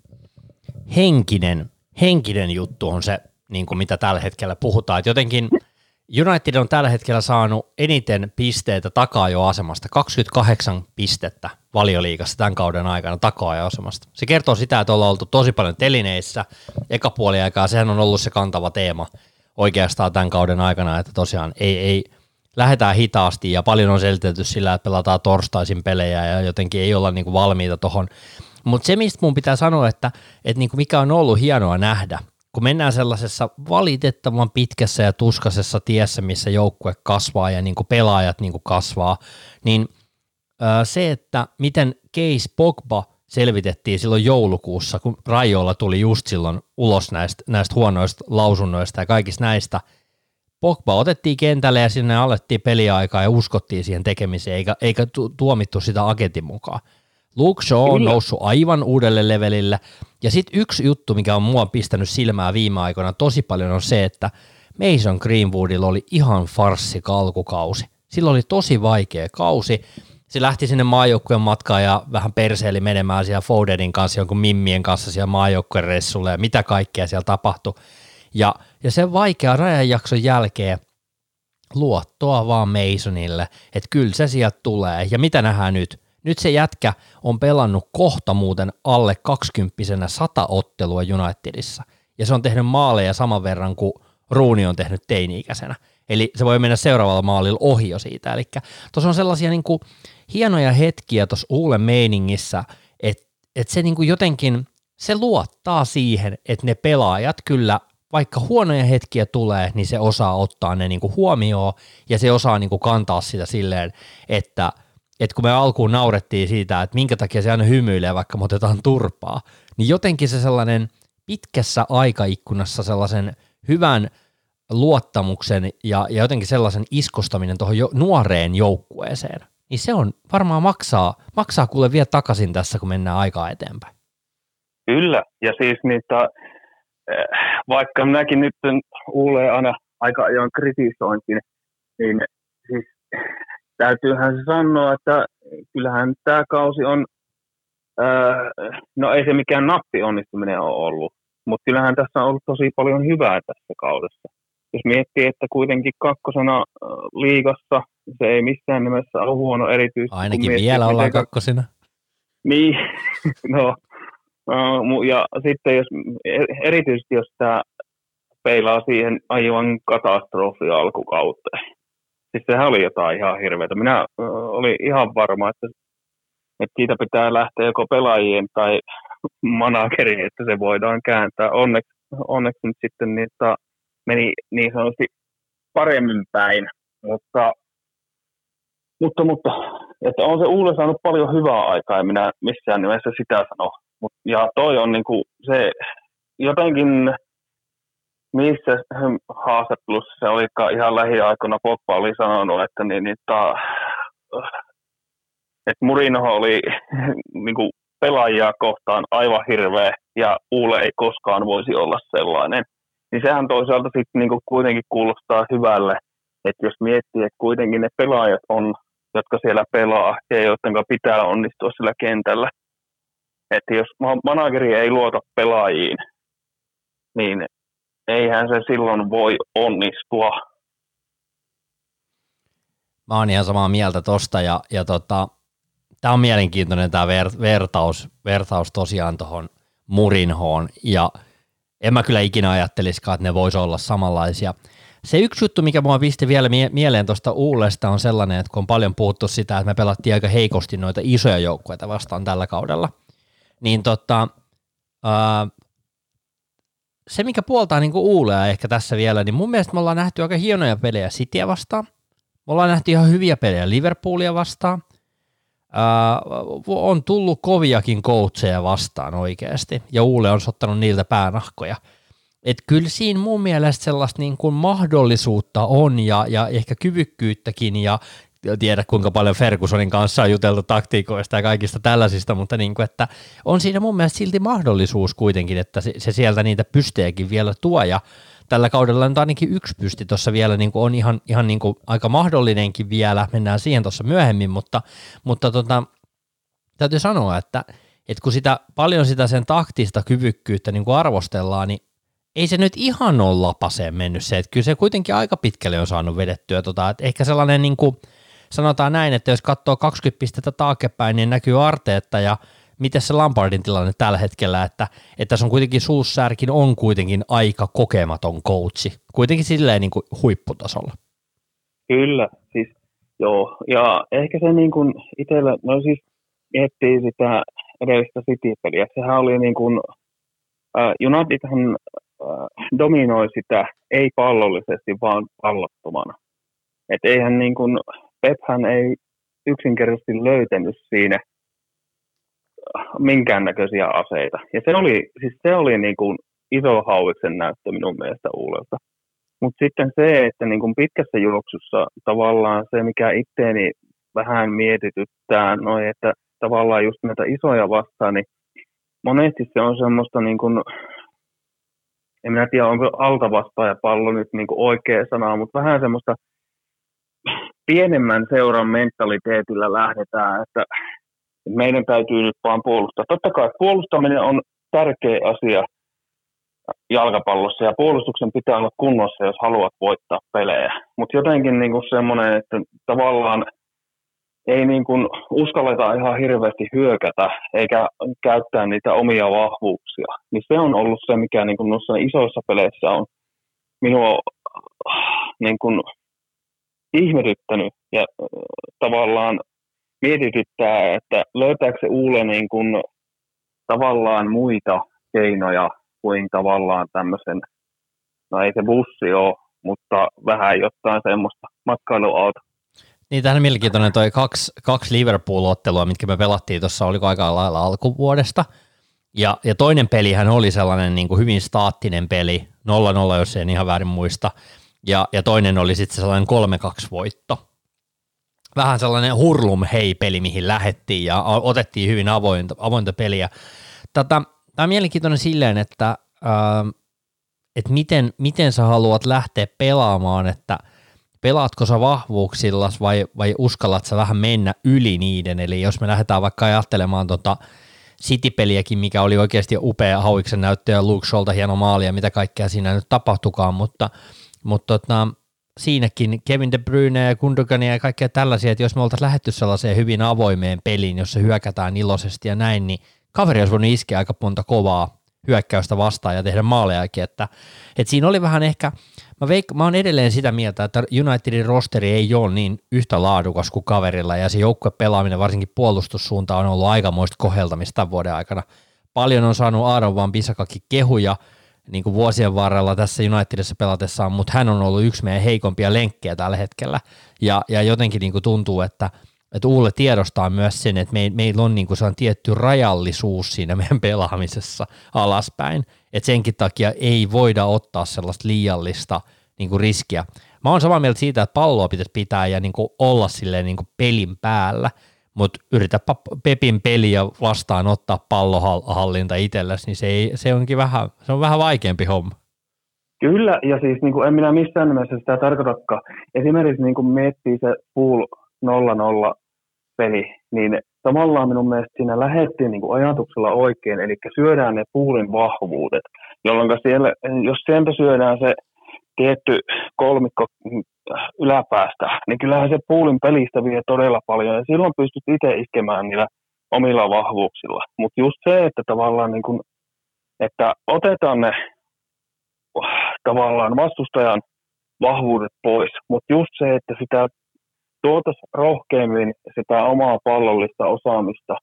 henkinen juttu on se, niin kuin mitä tällä hetkellä puhutaan. Että jotenkin United on tällä hetkellä saanut eniten pisteitä takaa-ajo-asemasta, 28 pistettä Valioliigassa tämän kauden aikana takaa-ajo-asemasta. Se kertoo sitä, että ollaan oltu tosi paljon telineissä eka puoli aikaa, sehän on ollut se kantava teema oikeastaan tämän kauden aikana, että tosiaan ei lähdetään hitaasti ja paljon on selitelty sillä, että pelataan torstaisin pelejä ja jotenkin ei olla niinku valmiita tuohon. Mutta se, mistä mun pitää sanoa, että niinku mikä on ollut hienoa nähdä, kun mennään sellaisessa valitettavan pitkässä ja tuskaisessa tiessä, missä joukkue kasvaa ja niinku pelaajat niinku kasvaa, niin se, että miten Case Pogba selvitettiin silloin joulukuussa, kun Raiola tuli just silloin ulos näistä huonoista lausunnoista ja kaikista näistä, Pogba otettiin kentälle ja sinne alettiin peliaikaa ja uskottiin siihen tekemiseen, eikä tuomittu sitä agentin mukaan. Luke Shaw on noussut aivan uudelle levelille, ja sitten yksi juttu, mikä on mua pistänyt silmää viime aikoina tosi paljon, on se, että Mason Greenwoodilla oli ihan farssi alkukausi. Sillä oli tosi vaikea kausi. Se lähti sinne maajoukkueen matkaan ja vähän perseeli menemään siellä Fodenin kanssa, jonkun mimmien kanssa siellä maajoukkueen reissulle ja mitä kaikkea siellä tapahtui. Ja sen vaikea rajanjakson jälkeen luottoa vaan Masonille, että kyllä se sieltä tulee. Ja mitä nähdään nyt? Nyt se jätkä on pelannut kohta muuten alle 20-vuotiaana 100 ottelua Unitedissa. Ja se on tehnyt maaleja saman verran kuin Rooney on tehnyt teini-ikäisenä. Eli se voi mennä seuraavalla maalilla ohi jo siitä. Eli tuossa on sellaisia niin kuin hienoja hetkiä tuossa Ulen meiningissä, että se niin kuin jotenkin, se luottaa siihen, että ne pelaajat kyllä, vaikka huonoja hetkiä tulee, niin se osaa ottaa ne niin kuin huomioon ja se osaa niin kuin kantaa sitä silleen, että kun me alkuun naurettiin siitä, että minkä takia se aina hymyilee, vaikka me otetaan turpaa, niin jotenkin se sellainen pitkässä aikaikkunassa sellaisen hyvän luottamuksen ja jotenkin sellaisen iskostaminen tuohon nuoreen joukkueeseen, niin se on varmaan maksaa kuule vielä takaisin tässä, kun mennään aikaa eteenpäin. Kyllä, ja siis niitä, vaikka minäkin nyt Ulle aina aika ajoin kritisoinkin, niin siis täytyyhän se sanoa, että kyllähän tämä kausi on, no ei se mikään nappi onnistuminen ole ollut, mutta kyllähän tässä on ollut tosi paljon hyvää tässä kaudessa. Jos miettii, että kuitenkin kakkosena liigassa se ei missään nimessä ole huono erityisesti. Ainakin vielä ollaan kakkosena. Niin, no ja sitten erityisesti jos tämä peilaa siihen aivan katastrofi alkukauteen. Siis sehän oli jotain ihan hirveätä. Minä olin ihan varma, että siitä pitää lähteä joko pelaajien tai managerien, että se voidaan kääntää. Onneksi nyt sitten niitä meni niin sanotusti paremmin päin, mutta että on se Ulle saanut paljon hyvää aikaa, en minä missään nimessä sitä sano. Ja toi on niinku se jotenkin, missä haastattelussa se olikaan ihan lähiaikoina, Pogba oli sanonut, että että Mourinho oli niinku pelaajia kohtaan aivan hirveä ja Ulle ei koskaan voisi olla sellainen. Niin sehän toisaalta sitten niinku kuitenkin kuulostaa hyvälle, että jos miettii, että kuitenkin ne pelaajat on, jotka siellä pelaa ja joiden pitää onnistua sillä kentällä. Että jos manageri ei luota pelaajiin, niin eihän se silloin voi onnistua. Mä oon ihan samaa mieltä tosta ja tää on mielenkiintoinen tää vertaus tosiaan tohon Mourinhoon ja en mä kyllä ikinä ajattelisikaan, että ne vois olla samanlaisia. Se yksi juttu, mikä mua pisti vielä mieleen tuosta Uulesta on sellainen, että kun on paljon puhuttu sitä, että me pelattiin aika heikosti noita isoja joukkueita vastaan tällä kaudella, niin se, mikä puoltaa niin kuin Uulea ehkä tässä vielä, niin mun mielestä me ollaan nähty aika hienoja pelejä Cityä vastaan. Me ollaan nähty ihan hyviä pelejä Liverpoolia vastaan. On tullut koviakin coacheja vastaan oikeasti, ja Uule on ottanut niiltä päänahkoja. Että kyllä siinä mun mielestä sellaista niin kuin mahdollisuutta on, ja ehkä kyvykkyyttäkin, ja tiedä kuinka paljon Fergusonin kanssa on juteltu taktiikoista ja kaikista tällaisista, mutta niin kuin, että on siinä mun mielestä silti mahdollisuus kuitenkin, että se sieltä niitä pystejäkin vielä tuo, ja tällä kaudella nyt ainakin yksi pysti tuossa vielä niin kuin on ihan niin kuin aika mahdollinenkin vielä, mennään siihen tuossa myöhemmin, mutta täytyy sanoa, että kun paljon sitä sen taktista kyvykkyyttä niin kuin arvostellaan, niin ei se nyt ihan ole lapaseen mennyt se, että kyllä se kuitenkin aika pitkälle on saanut vedettyä, että ehkä sellainen niin kuin sanotaan näin, että jos katsoo 20 pistettä taaksepäin, niin näkyy Arteetta ja miten se Lampardin tilanne tällä hetkellä, että tässä on kuitenkin Solskjaerkin on kuitenkin aika kokematon coachi, kuitenkin silleen niin kuin huipputasolla. Kyllä, siis joo, ja ehkä se niin kuin itsellä, no siis miettii sitä edellistä City-peliä, sehän oli niin kuin, Unitedhan dominoi sitä ei pallollisesti, vaan pallottomana. Että eihän niin kuin, Pephän ei yksinkertaisesti löytänyt siinä minkäännäköisiä aseita. Ja se oli niin kuin iso hauiksen näyttö minun mielestä Uulelta. Mutta sitten se, että niin kuin pitkässä juoksussa tavallaan se, mikä itteeni vähän mietityttää, että tavallaan just näitä isoja vastaan, niin monesti se on semmoista, niin kuin, en minä tiedä, onko altavastaajapallo nyt niin kuin oikea sana, mutta vähän semmoista pienemmän seuran mentaliteetillä lähdetään, että meidän täytyy nyt vaan puolustaa. Totta kai puolustaminen on tärkeä asia jalkapallossa ja puolustuksen pitää olla kunnossa, jos haluat voittaa pelejä. Mutta jotenkin niinku semmoinen, että tavallaan ei niinku uskalleta ihan hirveästi hyökätä eikä käyttää niitä omia vahvuuksia. Niin se on ollut se, mikä niinku noissa isoissa peleissä on minua niinku ihmetyttänyt ja tavallaan mietityttää, että löytääkö se Uule niin kuin tavallaan muita keinoja kuin tavallaan tämmöisen, no ei se bussi ole, mutta vähän jotain semmoista matkailuauto. Niin, tähän mielenkiintoinen toi kaksi Liverpool-ottelua, mitkä me pelattiin tuossa, oliko aika lailla alkuvuodesta. Ja toinen pelihän oli sellainen niin kuin hyvin staattinen peli, 0-0, jos en ihan väärin muista. Ja toinen oli sitten sellainen 3-2 voitto. Vähän sellainen hurlum hei-peli, mihin lähettiin ja otettiin hyvin avointa peliä. Tämä on mielenkiintoinen silleen, että miten sä haluat lähteä pelaamaan, että pelaatko sä vahvuuksillas vai uskallat sä vähän mennä yli niiden, eli jos me lähdetään vaikka ajattelemaan City-peliäkin, mikä oli oikeasti upea hauiksen näyttö ja Luke Shawlta hieno maali ja mitä kaikkea siinä nyt tapahtukaan, mutta siinäkin Kevin De Bruyne ja Gundogan ja kaikkea tällaisia, että jos me oltaisiin lähdetty sellaiseen hyvin avoimeen peliin, jossa hyökätään iloisesti ja näin, niin kaveri olisi voinut iskeä aika monta kovaa hyökkäystä vastaan ja tehdä maalejakin, että siinä oli vähän ehkä, mä oon edelleen sitä mieltä, että Unitedin rosteri ei ole niin yhtä laadukas kuin kaverilla, ja se joukkuepelaaminen varsinkin puolustussuuntaan on ollut aikamoista koheltamista tämän vuoden aikana. Paljon on saanut Aaron Van Bissakakin kehuja niin kuin vuosien varrella tässä Unitedissa pelatessaan, mutta hän on ollut yksi meidän heikompia lenkkejä tällä hetkellä, ja jotenkin niin kuin tuntuu, että Ulle tiedostaa myös sen, että meillä on niin kuin sellainen tietty rajallisuus siinä meidän pelaamisessa alaspäin, että senkin takia ei voida ottaa sellaista liiallista niin kuin riskiä. Mä oon samaa mieltä siitä, että palloa pitäisi pitää ja niin kuin olla silleen niin kuin pelin päällä, mutta yritäpä Pepin peliä vastaan ottaa pallohallinta itsellesi, niin se on vähän vaikeampi homma. Kyllä, ja siis niin kuin en minä missään nimessä sitä tarkoitakaan. Esimerkiksi niin kuin miettii se Pool 0-0 peli, niin tavallaan minun mielestä siinä lähdettiin niin kuin ajatuksella oikein, eli syödään ne Poolin vahvuudet, jolloin jos sieltä syödään se tietty kolmikko yläpäästä, niin kyllähän se Poolin pelistä vie todella paljon, ja silloin pystyt itse iskemään niillä omilla vahvuuksilla. Mutta just se, että tavallaan niin kuin, että otetaan ne tavallaan vastustajan vahvuudet pois, mutta just se, että sitä tuotaisiin rohkeammin sitä omaa pallollista osaamista.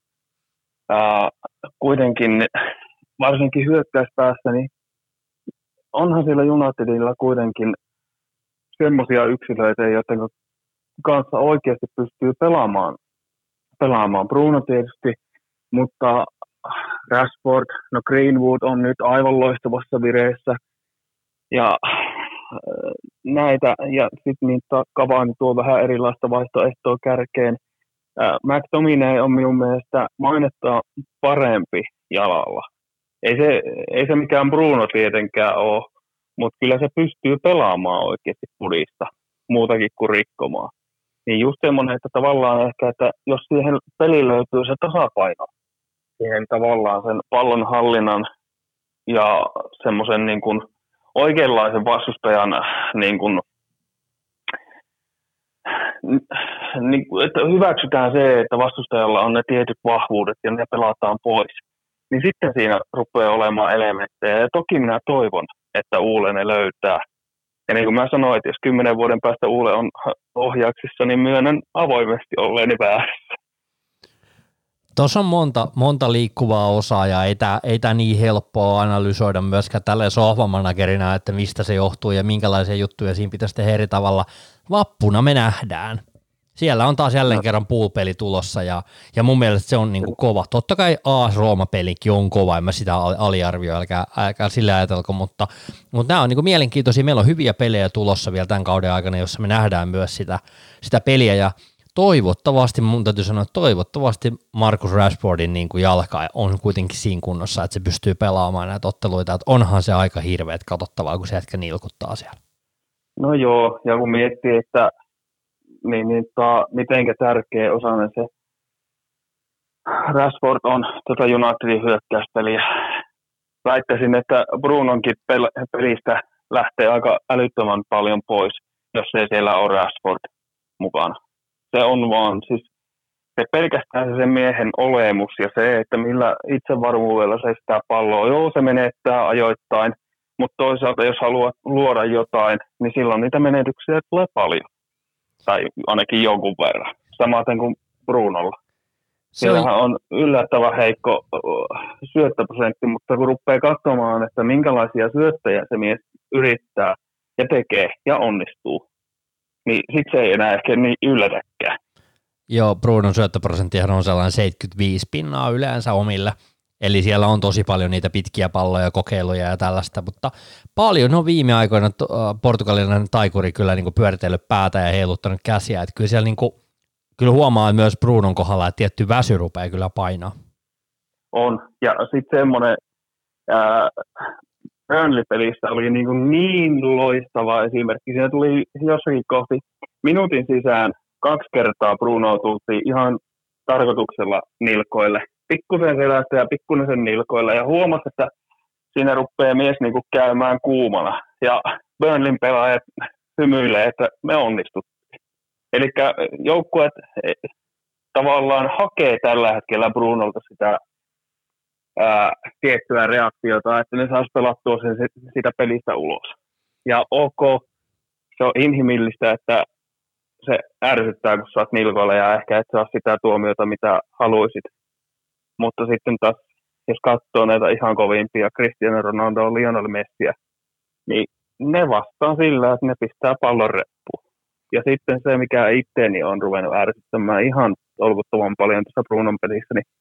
Kuitenkin varsinkin hyökkäyspäässä, niin onhan siellä Unitedilla kuitenkin semmoisia yksilöitä, joiden kanssa oikeasti pystyy pelaamaan. Bruno tietysti, mutta Rashford, no Greenwood on nyt aivan loistavassa vireessä. Ja näitä, ja sitten niin Cavani tuo vähän erilaista vaihtoehtoa kärkeen. McTominay on minun mielestä mainetta parempi jalalla. Ei se mikään Bruno tietenkään ole, mutta kyllä se pystyy pelaamaan oikeasti pudista, muutakin kuin rikkomaan. Niin just semmoinen, että tavallaan ehkä, että jos siihen peliin löytyy se tasapaino, siihen tavallaan sen pallon hallinnan ja semmoisen niin kuin oikeanlaisen vastustajan, niin kuin, että hyväksytään se, että vastustajalla on ne tietyt vahvuudet ja ne pelataan pois, niin sitten siinä rupeaa olemaan elementtejä. Ja toki minä toivon, että Uule ne löytää. Ja niin kuin mä sanoin, että jos 10 vuoden päästä Uule on ohjauksissa, niin myönnän avoimesti olleeni väärässä. Tuossa on monta liikkuvaa osaa ja ei tämä niin helppoa analysoida myöskään tälleen sohvamanagerina, että mistä se johtuu ja minkälaisia juttuja siinä pitäisi tehdä eri tavalla. Vappuna me nähdään. Siellä on taas jälleen kerran pool-peli tulossa ja mun mielestä se on niinku kova. Totta kai AS-Rooma-pelikin on kova, en mä sitä aliarvioi, älkää sillä ajatelko, mutta nämä on niinku mielenkiintoisia. Meillä on hyviä pelejä tulossa vielä tämän kauden aikana, jossa me nähdään myös sitä peliä ja toivottavasti, mun täytyy sanoa, että toivottavasti Marcus Rashfordin niin kuin jalka on kuitenkin siinä kunnossa, että se pystyy pelaamaan näitä otteluita, että onhan se aika hirveät katsottavaa, kun se jätkä nilkuttaa siellä. No joo, ja kun miettii, että mitenkä tärkeä osainen se Rashford on Unitedin hyökkäyspeliä. Väittäisin, että Brunonkin pelistä lähtee aika älyttömän paljon pois, jos ei siellä ole Rashford mukana. Se on vaan siis se pelkästään se miehen olemus ja se, että millä itsevarmuudella se sitä palloa. Joo, se menettää ajoittain, mutta toisaalta jos haluat luoda jotain, niin silloin niitä menetyksiä tulee paljon. Tai ainakin jonkun verran. Samaten kuin Brunolla. Siellähän on yllättävän heikko syöttöprosentti, mutta kun rupeaa katsomaan, että minkälaisia syöttäjiä se mies yrittää ja tekee ja onnistuu, niin sitten se ei enää ehkä niin yllätäkään. Joo, Brunon syöttöprosenttihan on sellainen 75% yleensä omille, eli siellä on tosi paljon niitä pitkiä palloja, kokeiluja ja tällaista, mutta paljon on viime aikoina portugalilainen taikuri kyllä niin kuin pyöritellyt päätä ja heiluttanut käsiä, että kyllä siellä niin kuin, kyllä huomaa myös Brunon kohdalla, että tietty väsy rupeaa kyllä painaa. On, ja sitten semmoinen Burnley-pelissä oli niin loistava esimerkki. Siinä tuli jossakin kohti minuutin sisään 2 kertaa Bruno tultiin ihan tarkoituksella nilkoille. Pikkusen selästä ja pikkusen nilkoille ja huomasi, että siinä rupeaa mies käymään kuumana. Ja Burnleyn pelaajat hymyilee, että me onnistuttiin. Eli joukkueet tavallaan hakee tällä hetkellä Brunolta sitä tiettyä reaktiota, että ne saisi pelattua sen sitä pelistä ulos. Ja ok, se on inhimillistä, että se ärsyttää, kun sä oot nilkoilla ja ehkä et saa sitä tuomiota, mitä haluaisit. Mutta sitten taas, jos katsoo näitä ihan kovimpia Cristiano Ronaldo, Lionel Messiä, niin ne vastaa sillä, että ne pistää pallon reppuun. Ja sitten se, mikä itteeni on ruvennut ärsyttämään ihan tolkuttoman paljon tässä Brunon pelissä, niin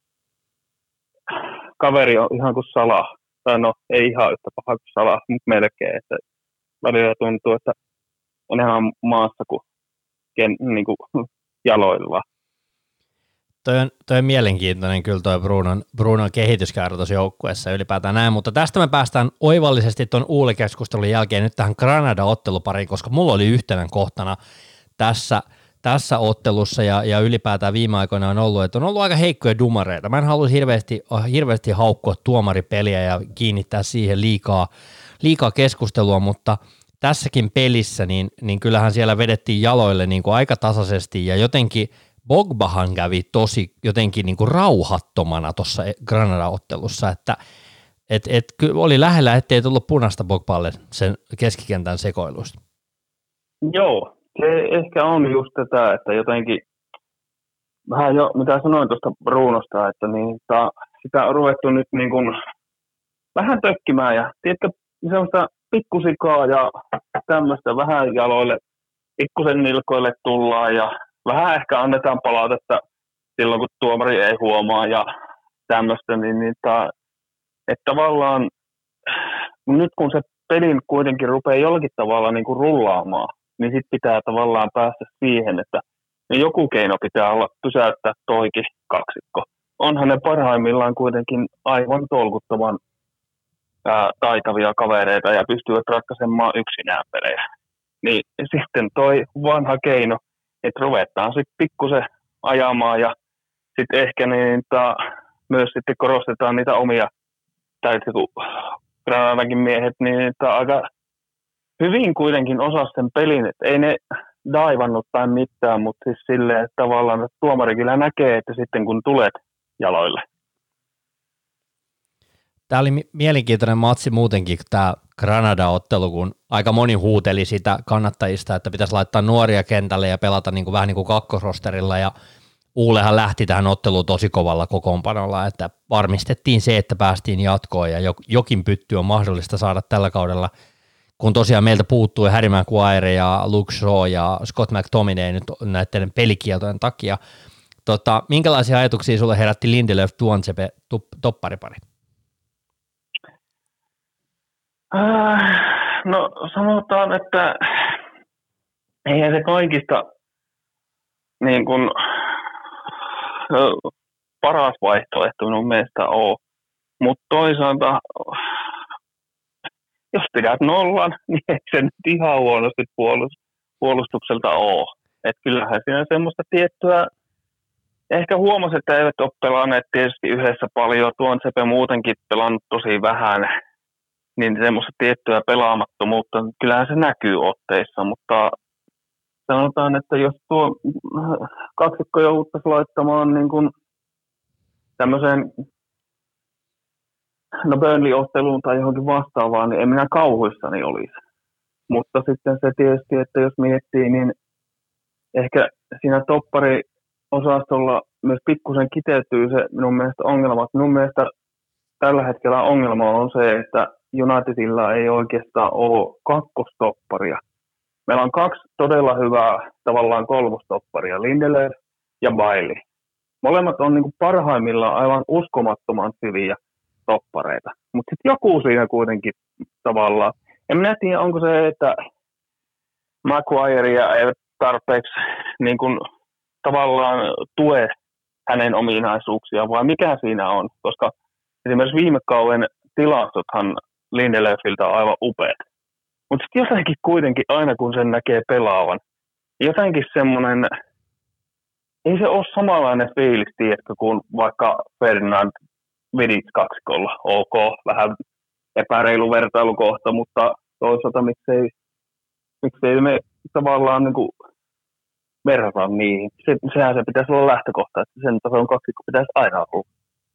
kaveri on ihan kuin Salah. Tai no, ei ihan yhtä paha kuin Salah, mutta melkein. Että välillä tuntuu, että on ihan maassa kuin jaloillaan. Toi on mielenkiintoinen kyllä toi Brunon kehityskäyrä tuossa joukkueessa ylipäätään näin, mutta tästä me päästään oivallisesti tuon Uule-keskustelun jälkeen nyt tähän Granada-ottelupariin, koska mulla oli yhtenä kohtana tässä ottelussa ja ylipäätään viime aikoina on ollut, että on ollut aika heikkoja dumareita. Mä en halua hirveästi haukkua tuomaripeliä ja kiinnittää siihen liikaa keskustelua, mutta tässäkin pelissä niin kyllähän siellä vedettiin jaloille niin kuin aika tasaisesti ja jotenkin Pogbahan kävi tosi jotenkin niin kuin rauhattomana tuossa Granada-ottelussa, että oli lähellä, ettei tullut punaista Pogballe sen keskikentän sekoilusta. Joo, se ehkä on just tätä, että jotenkin vähän jo, mitä sanoin tuosta Brunosta, että niin, sitä on ruvettu nyt niin kuin vähän tökkimään ja tiedätkö, semmoista pikkusikaa ja tämmöistä vähän jaloille, pikkusen nilkoille tullaan ja vähän ehkä annetaan palautetta silloin, kun tuomari ei huomaa ja tämmöistä, että tavallaan nyt kun se pelin kuitenkin rupeaa jollakin tavalla niin kuin rullaamaan, niin sitten pitää tavallaan päästä siihen, että joku keino pitää olla pysäyttää toikin kaksikko. Onhan ne parhaimmillaan kuitenkin aivan tolkuttoman taitavia kavereita ja pystyvät ratkaisemaan yksinään pelejä. Niin sitten toi vanha keino, että ruvetaan sitten pikkusen ajamaan ja sitten ehkä myös sitten korostetaan niitä omia kun Granadakin miehet, niin aika hyvin kuitenkin osasi sen pelin, että ei ne daivannut tai mitään, mutta siis silleen, että tavallaan että tuomari kyllä näkee, että sitten kun tulet jaloille. Tämä oli mielenkiintoinen matsi muutenkin, tämä Granada-ottelu, kun aika moni huuteli sitä kannattajista, että pitäisi laittaa nuoria kentälle ja pelata niin kuin vähän niin kuin kakkosrosterilla, ja Uulehan lähti tähän otteluun tosi kovalla kokoonpanolla, että varmistettiin se, että päästiin jatkoon, ja jokin pytty on mahdollista saada tällä kaudella, kun tosiaan meiltä puuttuu Harry Maguire ja Luke Shaw ja Scott McTominay nyt näiden pelikieltojen takia. Minkälaisia ajatuksia sulle herätti Lindelöf Tuanzebe topparipari? No sanotaan, että eihän se kaikista niin kuin, paras vaihtoehto minun mielestä ole, mutta toisaalta jos pidät nollan, niin ei se nyt ihan huonosti puolustukselta ole. Et kyllähän siinä semmoista tiettyä, ehkä huomasi, että eivät ole pelanneet tietysti yhdessä paljon, Tuanzebe muutenkin pelannut tosi vähän, niin semmoista tiettyä pelaamattomuutta, kyllähän se näkyy otteissa, mutta sanotaan, että jos tuo kaksikko jouduttaisiin laittamaan niin kuin tämmöiseen Burnley-otteluun tai johonkin vastaavaan, niin en minä kauhuissani olisi. Mutta sitten se tietysti, että jos miettii, niin ehkä siinä toppariosastolla myös pikkusen kiteytyy se minun mielestä ongelma. Minun mielestä tällä hetkellä ongelma on se, että Unitedilla ei oikeastaan ole kakkostopparia. Meillä on kaksi todella hyvää tavallaan kolmostopparia, Lindelöf ja Bailey. Molemmat on niin kuin parhaimmillaan aivan uskomattoman hyviä toppareita. Mutta sitten joku siinä kuitenkin tavallaan. En minä tiedä, onko se, että Maguirea eivät tarpeeksi niin kuin tavallaan tue hänen ominaisuuksiaan, vai mikä siinä on. Koska esimerkiksi viime kauden tilastothan Lindelöfiltä on aivan upeat. Mutta sitten jotenkin kuitenkin aina kun sen näkee pelaavan, jotenkin semmoinen, ei se ole samanlainen fiilis, tiedätkö, kuin vaikka Ferdinand Vidic kaksikolla. Ok, vähän epäreilu vertailukohta, mutta toisaalta miksei me tavallaan niin kuin verrata niihin. Sehän se pitäisi olla lähtökohta, että sen tason kaksikko pitäisi aina olla.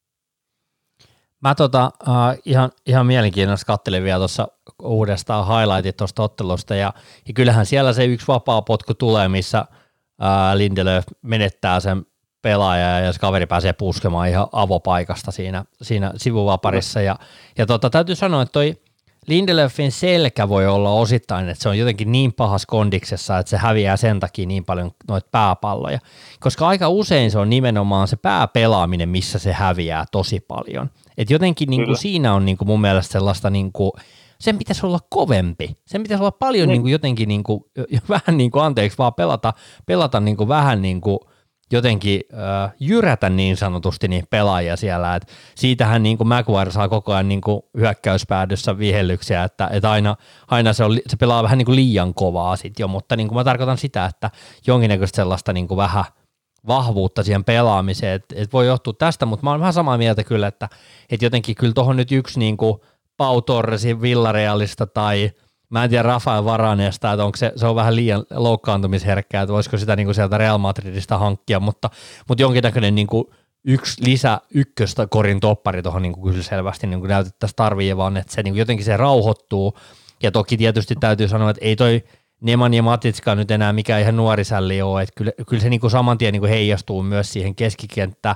Mä ihan mielenkiinnosta kattelin vielä tuossa uudestaan highlightit tuosta ottelusta, ja kyllähän siellä se yksi vapaa potku tulee, missä Lindelöf menettää sen pelaaja ja se kaveri pääsee puskemaan ihan avopaikasta siinä sivuvaparissa, ja täytyy sanoa, että toi Lindelöfin selkä voi olla osittain, että se on jotenkin niin pahassa kondiksessa, että se häviää sen takia niin paljon noita pääpalloja, koska aika usein se on nimenomaan se pääpelaaminen, missä se häviää tosi paljon. Et jotenkin niin kuin siinä on niin kuin mun mielestä sellaista, niin kuin, sen pitäisi olla kovempi, sen pitäisi olla paljon niin kuin jotenkin niin kuin, vähän niin kuin, anteeksi vaan pelata niin kuin vähän niin kuin jotenkin jyrätä niin sanotusti niin pelaajia siellä, että siitähän niin kuin Maguire saa koko ajan niin kuin hyökkäyspäädyssä vihellyksiä, että aina se pelaa vähän niin kuin liian kovaa sit jo, mutta niin kuin mä tarkoitan sitä, että jonkinnäköistä sellaista niin kuin vähän vahvuutta siihen pelaamiseen, että voi johtua tästä, mutta mä oon vähän samaa mieltä kyllä, että jotenkin kyllä tuohon nyt yksi niin kuin Pau Torresin Villarealista tai mä en tiedä Rafael Varaneesta, että onko se on vähän liian loukkaantumisherkkää, että voisiko sitä niinku sieltä Real Madridista hankkia, mutta jonkinnäköinen niinku yksi ykköstä korin toppari tuohon niinku kyllä selvästi niinku näytettäisiin tarvii, vaan että se niinku jotenkin se rauhoittuu, ja toki tietysti täytyy sanoa, että ei toi Neman ja Matitska nyt enää mikään ihan nuorisälli ole, että kyllä se niinku saman tien niinku heijastuu myös siihen keskikenttä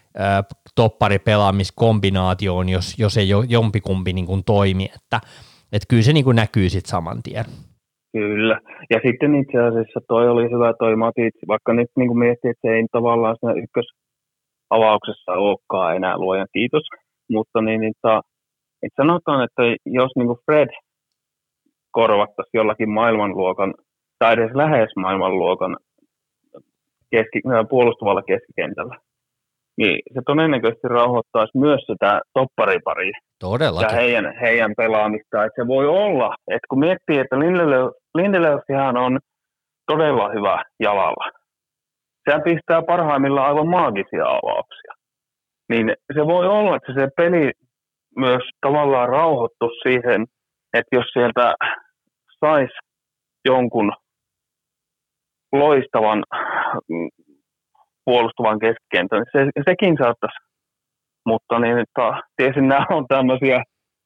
topparipelaamiskombinaatioon, jos ei jompikumpi niinku toimi, että kyllä se niin kuin näkyy sitten saman tien. Kyllä. Ja sitten itse asiassa toi oli hyvä toi Matic, vaikka nyt niin kuin miettii, että se ei tavallaan siinä ykkösavauksessa olekaan enää, luojan kiitos. Mutta että sanotaan, että jos niin kuin Fred korvattaisiin jollakin maailmanluokan tai edes lähes maailmanluokan puolustuvalla keskikentällä, niin se todennäköisesti rauhoittaisi myös sitä toppariparia Todellakin. ja heidän pelaamista. Että se voi olla, että kun miettii, että Lindelöfhän on todella hyvä jalalla. Sehän pistää parhaimmillaan aivan maagisia avauksia. Niin se voi olla, että se peli myös tavallaan rauhoittu siihen, että jos sieltä saisi jonkun loistavan puolustuvan keskikentän, niin sekin saattaisi. Mutta niin, tiesin, nämä on tämmöisiä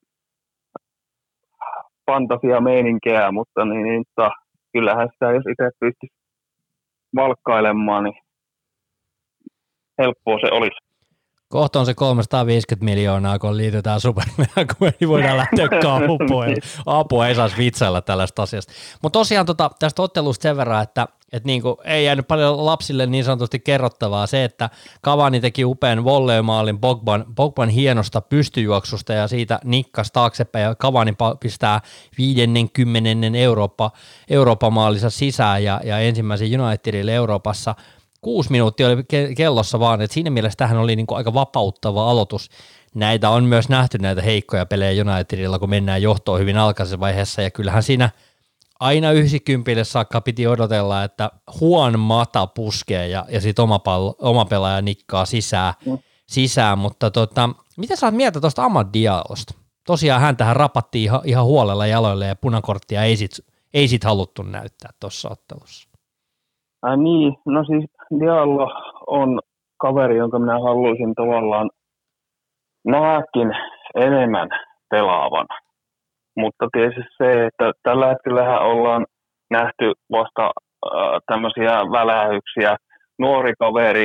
fantasia-meininkejä, mutta niin, kyllähän sitä, jos itse pystyisi valkkailemaan, niin helppoa se olisi. Kohta on se 350 miljoonaa, kun liitytään Superliigaan, niin voidaan lähteä kaupoille. Apua ei saisi vitsailla tällaista asiasta. Mutta tosiaan tästä ottelusta sen verran, että niinku, ei jäänyt paljon lapsille niin sanotusti kerrottavaa se, että Cavani teki upean volleymaalin Pogban hienosta pystyjuoksusta ja siitä nikkas taaksepäin ja Cavani pistää 50. Euroopan maalissa sisään ja ensimmäisen Unitedille Euroopassa. 6 minuuttia oli kellossa vaan, että siinä mielessä tämähän oli niinku aika vapauttava aloitus. Näitä on myös nähty näitä heikkoja pelejä Unitedilla, kun mennään johtoon hyvin alkaisessa vaiheessa, ja kyllähän siinä aina 90 saakka piti odotella, että Juan Mata puskee ja sitten oma pelaaja nikkaa sisään. Mutta mitä sä oot mieltä tuosta Amad Diallosta? Tosiaan häntähän rapattiin ihan huolella jaloille ja punakorttia ei sit haluttu näyttää tuossa ottelussa. Niin, no siis Diallo on kaveri, jonka minä haluaisin tavallaan nähdäkin enemmän pelaavana. Mutta tietysti se, että tällä hetkellä ollaan nähty vasta tämmöisiä välähyksiä. Nuori kaveri,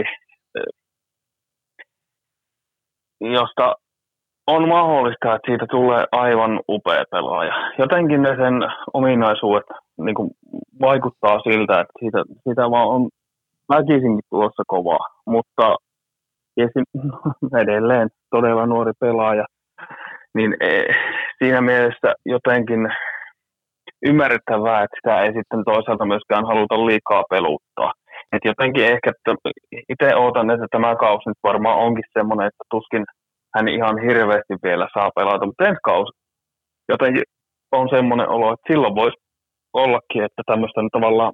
josta on mahdollista, että siitä tulee aivan upea pelaaja. Jotenkin ne sen ominaisuudet niin kuin vaikuttaa siltä, että siitä vaan on väkisinkin tulossa kovaa. Mutta edelleen todella nuori pelaaja, niin siinä mielessä jotenkin ymmärrettävää, että sitä ei sitten toisaalta myöskään haluta liikaa peluttaa. Et jotenkin ehkä, että itse odotan, että tämä kausi nyt varmaan onkin semmoinen, että tuskin hän ihan hirveästi vielä saa pelata, mutta ensi kausi jotenkin on semmoinen olo, että silloin voisi ollakin, että tämmöistä tavallaan,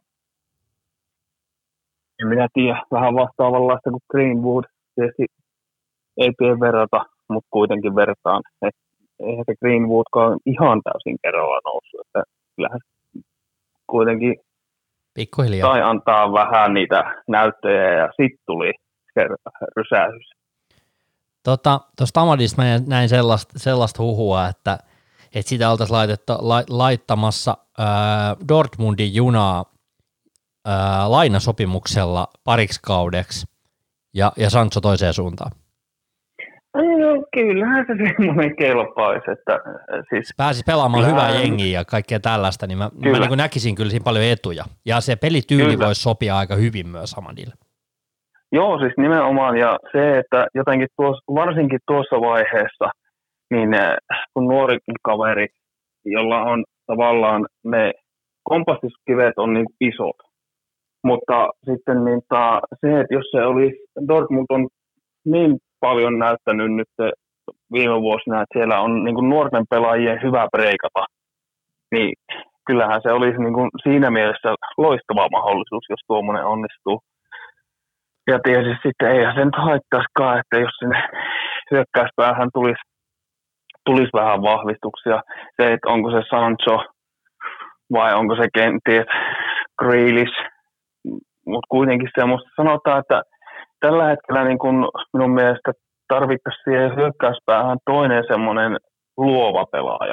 en minä tiedä, vähän vastaavanlaista kuin Greenwood, tietysti ei pidä verrata, mutta kuitenkin vertaan, että eihän se Greenwoodkaan ihan täysin kerralla noussut, että kyllähän kuitenkin pikkuhiljaa sai antaa vähän niitä näyttöjä ja sitten tuli se rysähdys. Tuosta Amadista mä näin sellaista huhua, että sitä oltaisiin laittamassa Dortmundin junaa lainasopimuksella pariksi kaudeksi ja Sancho toiseen suuntaan. No kyllähän se semmoinen kelpaisi, että siis pääsi pelaamaan hyvää jengiä ja kaikkea tällaista, niin mä niin näkisin kyllä siinä paljon etuja. Ja se pelityyli voisi sopia aika hyvin myös Amadille. Joo, siis nimenomaan, ja se, että jotenkin varsinkin tuossa vaiheessa, niin kun nuori kaveri, jolla on tavallaan ne kompastuskivet on niin isot, mutta sitten niin se, että jos se olisi, Dortmund on niin paljon näyttänyt nyt viime vuosina, että siellä on niin kuin nuorten pelaajien hyvä breikata, niin kyllähän se olisi niin kuin siinä mielessä loistava mahdollisuus, jos tuommoinen onnistuu. Ja tietysti sitten eihän se nyt haittaisikaan, että jos sinne hyökkäyspäähän tulisi vähän vahvistuksia. Se, että onko se Sancho vai onko se kenties Grealish. Mutta kuitenkin semmoista sanotaan, että tällä hetkellä niin kun minun mielestä tarvittaisiin siihen hyökkäyspäähän toinen semmoinen luova pelaaja.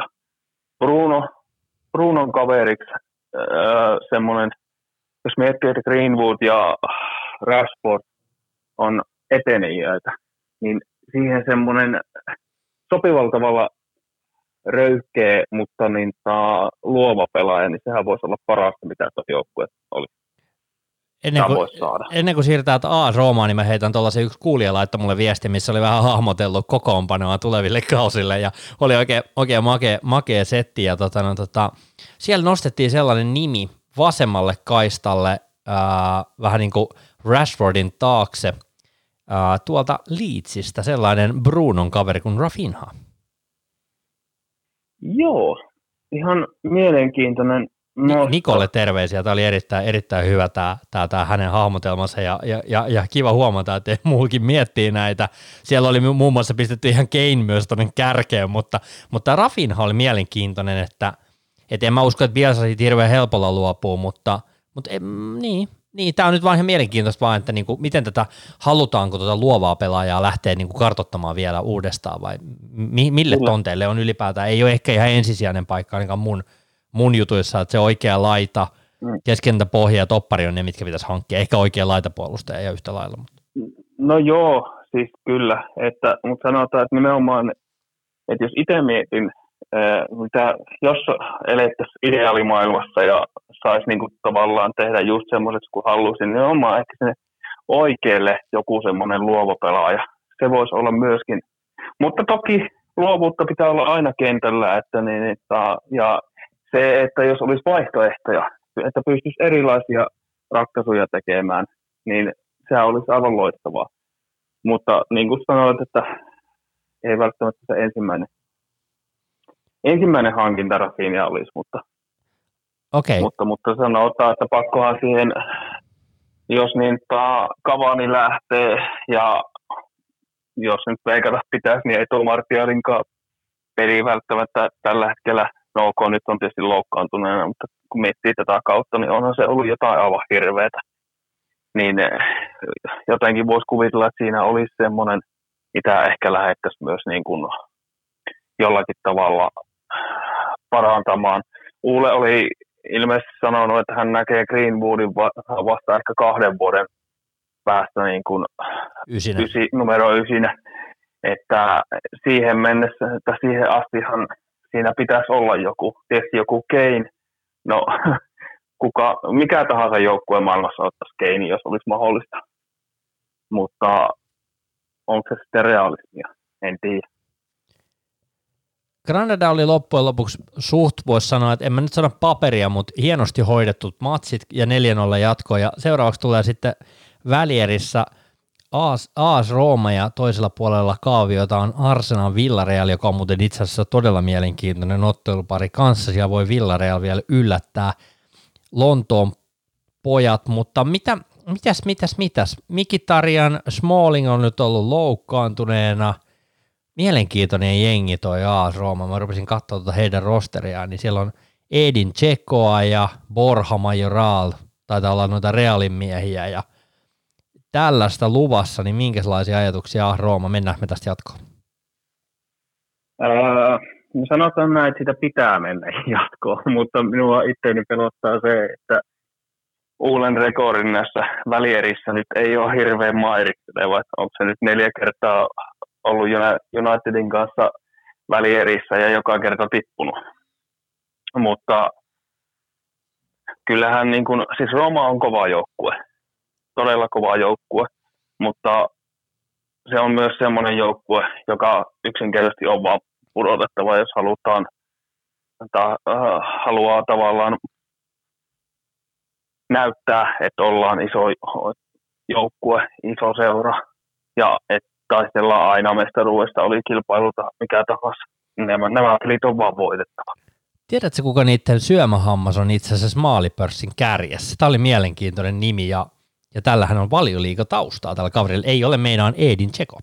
Brunon kaveriksi semmoinen, jos miettii, että Greenwood ja Rashford on eteneijöitä, niin siihen semmoinen sopivalla tavalla röyhkeä, mutta niin luova pelaaja, niin sehän voisi olla parasta, mitä tuo joukkue oli. ennen kuin siirrytään AS Roomaan, niin mä heitän tuollaisen yksi kuulija laittoi mulle viesti, missä oli vähän hahmotellut kokoonpanoa tuleville kausille ja oli oikein makea setti ja siellä nostettiin sellainen nimi vasemmalle kaistalle vähän niin kuin Rashfordin taakse tuolta Leedsistä, sellainen Brunon kaveri kuin Rafinha. Joo, ihan mielenkiintoinen nosto. Nikolle terveisiä, tämä oli erittäin hyvä tämä hänen hahmotelmansa ja kiva huomata, että muukin miettii näitä. Siellä oli muun muassa pistetty ihan Kane myös tuonne kärkeen, mutta Rafinha oli mielenkiintoinen, että en mä usko, että Bielsa siitä hirveän helpolla luopuu, mutta niin, tämä on nyt vaan ihan mielenkiintoista vaan, että niinku, miten halutaanko luovaa pelaajaa lähteä niinku kartoittamaan vielä uudestaan vai mille tonteille on ylipäätään, ei ole ehkä ihan ensisijainen paikka ainakaan mun jutuissa, että se oikea laita, keskentäpohja ja toppari on ne, mitkä pitäisi hankkia, ehkä oikea laitapuolustaja ja yhtä lailla. No joo, siis kyllä, mutta sanotaan, että nimenomaan, että jos itse mietin, jos elettäisiin ideaalimaailmassa ja saisi niinku tavallaan tehdä just semmoiseksi kuin haluaisin, niin on ehkä sinne oikealle joku semmoinen luova pelaaja. Se voisi olla myöskin, mutta toki luovuutta pitää olla aina kentällä, ja se, että jos olisi vaihtoehtoja, että pystyisi erilaisia ratkaisuja tekemään, niin sehän olisi aivan loistavaa. Mutta niin kuin sanoit, että ei välttämättä se ensimmäinen hankinta Rafinha olisi, okay. mutta sanotaan, että pakkohan siihen, jos niin Cavani lähtee ja jos nyt veikata pitäisi, niin ei tuo Martialinkaan peli välttämättä tällä hetkellä, no ok, nyt on tietysti loukkaantuneena, mutta kun miettii tätä kautta, niin onhan se ollut jotain aivan hirveätä. Niin jotenkin voisi kuvitella, että siinä olisi semmoinen, mitä ehkä lähettäisiin myös niin kuin jollakin tavalla parantamaan. Uule oli ilmeisesti sanonut, että hän näkee Greenwoodin vasta ehkä 2 vuoden päästä niin kuin numero 9, että siihen mennessä, että siihen astihan siinä pitäisi olla tietysti joku Kane. No, mikä tahansa joukkue maailmassa ottaisi Kane, jos olisi mahdollista. Mutta onko se sitten realismia? En tiedä. Granada oli loppujen lopuksi voisi sanoa, että en mä nyt sano paperia, mutta hienosti hoidetut matsit ja 4-0 jatkoa. Ja seuraavaksi tulee sitten välierissä AS Rooma ja toisella puolella kaaviota on Arsenal Villarreal, joka on muuten itse asiassa todella mielenkiintoinen ottelupari kanssa. Siellä voi Villarreal vielä yllättää Lontoon pojat, mutta mitäs? Mkhitaryan Smalling on nyt ollut loukkaantuneena. Mielenkiintoinen jengi toi AS Rooma. Mä rupesin katsoa heidän rosteriaan, niin siellä on Edin Dzekoa ja Borja Mayoral, taitaa olla noita Realin miehiä ja tällaista luvassa, niin minkälaisia ajatuksia AS Rooma? Mennään me tästä jatkoon. Sanotaan näin, että sitä pitää mennä jatkoon, mutta minua itseäni pelottaa se, että Uulen rekordin näissä välierissä nyt ei ole hirveän mairitteleva, että onko se nyt 4 kertaa ollut Unitedin kanssa välierissä ja joka kerta tippunut. Mutta kyllähän siis Roma on kova joukkue, todella kova joukkue, mutta se on myös semmoinen joukkue, joka yksinkertaisesti on vaan pudotettava, jos haluaa tavallaan näyttää, että ollaan iso joukkue, iso seura ja että taistellaan aina mestaruudesta, oli kilpailuta mikä tahansa. Nämä pelit on vaan voitettava. Tiedätkö, kuka niiden syömähammas on itse asiassa maalipörssin kärjessä? Tämä oli mielenkiintoinen nimi ja tällähän on Valioliiga-taustaa tällä kaverilla. Ei ole meinaan Edin Dzeko.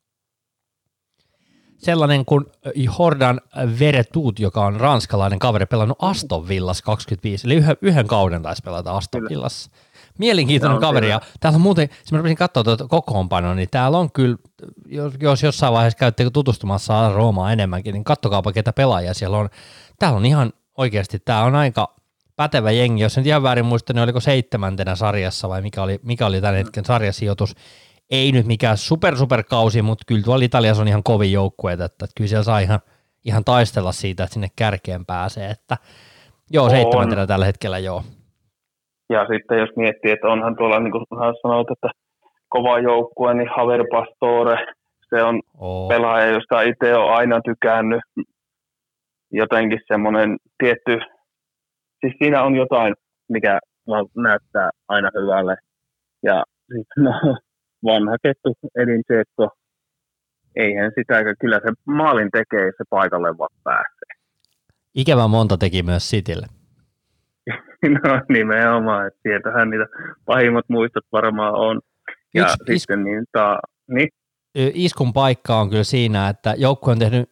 Sellainen kuin Jordan Veretout, joka on ranskalainen kaveri, pelannut Aston Villassa 25, eli yhden kauden taisi pelata Aston Villassa. Mielenkiintoinen kaveri, ja täällä on muuten, jos mä rupesin katsoa tuota kokoonpanoa, niin täällä on kyllä, jos jossain vaiheessa käytte tutustumassa Roomaan enemmänkin, niin kattokaapa ketä pelaajia siellä on. Täällä on ihan oikeasti, tää on aika pätevä jengi, jos en ihan väärin muista, niin oliko 7. sarjassa vai mikä oli tämän hetken sarjasijoitus. Ei nyt mikään superkausi, mutta kyllä tuolla Italiassa on ihan kovin joukkueita, että kyllä siellä saa ihan taistella siitä, että sinne kärkeen pääsee, että joo, 7. tällä hetkellä joo. Ja sitten jos miettii, että onhan tuolla, niin kuin sanoit, että kova joukkue, niin Javier Pastore, se on pelaaja, josta itse olen aina tykännyt. Jotenkin semmoinen tietty, siis siinä on jotain, mikä näyttää aina hyvälle. Ja sitten vanha kettu Edin Dzeko, eihän sitä, kyllä se maalin tekee, jos se paikalle vaan pääsee. Ikävä monta teki myös Citylle. No nimenomaan, että sieltähän niitä pahimmat muistot varmaan on. Ja sitten niin. Iskun paikka on kyllä siinä, että joukkue on tehnyt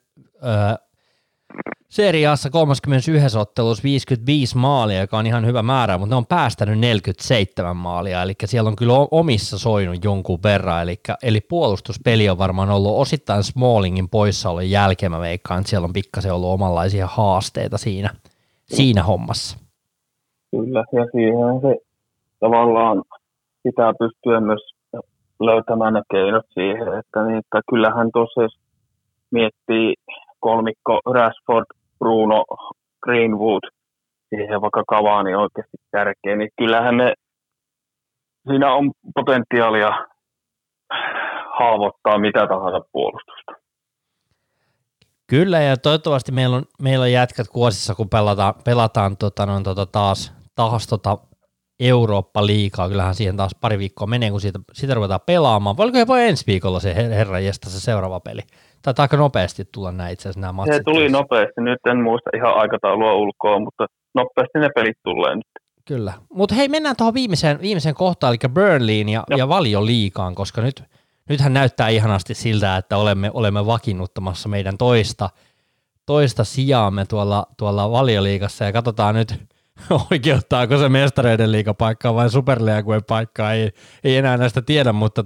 Serie A:ssa 31 ottelussa 55 maalia, joka on ihan hyvä määrä, mutta ne on päästänyt 47 maalia, eli siellä on kyllä omissa soinut jonkun verran, eli puolustuspeli on varmaan ollut osittain Smallingin poissaolon jälkeen, mä veikkaan, että siellä on pikkasen ollut omanlaisia haasteita siinä hommassa. Kyllä, ja siihen se tavallaan pitää pystyä myös löytämään ne keinot siihen, että kyllähän tuossa jos miettii kolmikko Rashford, Bruno, Greenwood, siihen vaikka Cavani oikeasti tärkeä, niin kyllähän siinä on potentiaalia haavoittaa mitä tahansa puolustusta. Kyllä, ja toivottavasti meillä on jätkät kuosissa, kun pelataan taas Eurooppa-liigaa. Kyllähän siihen taas pari viikkoa menee, kun siitä ruvetaan pelaamaan. Voiko jopa ensi viikolla se se seuraava peli? Tai aika nopeasti tulla nämä itse asiassa nämä matsit. Se tuli nopeasti, nyt en muista ihan aikataulua ulkoa, mutta nopeasti ne pelit tulee nyt. Kyllä, mutta hei, mennään tuohon viimeiseen kohtaan, eli Burnleyin ja Valioliigaan, koska nythän näyttää ihanasti siltä, että olemme vakiinnuttamassa meidän toista sijaamme tuolla Valioliigassa, ja katsotaan nyt, oikeuttaako se mestareiden liigapaikkaa vai superliigan paikkaa, ei enää näistä tiedä, mutta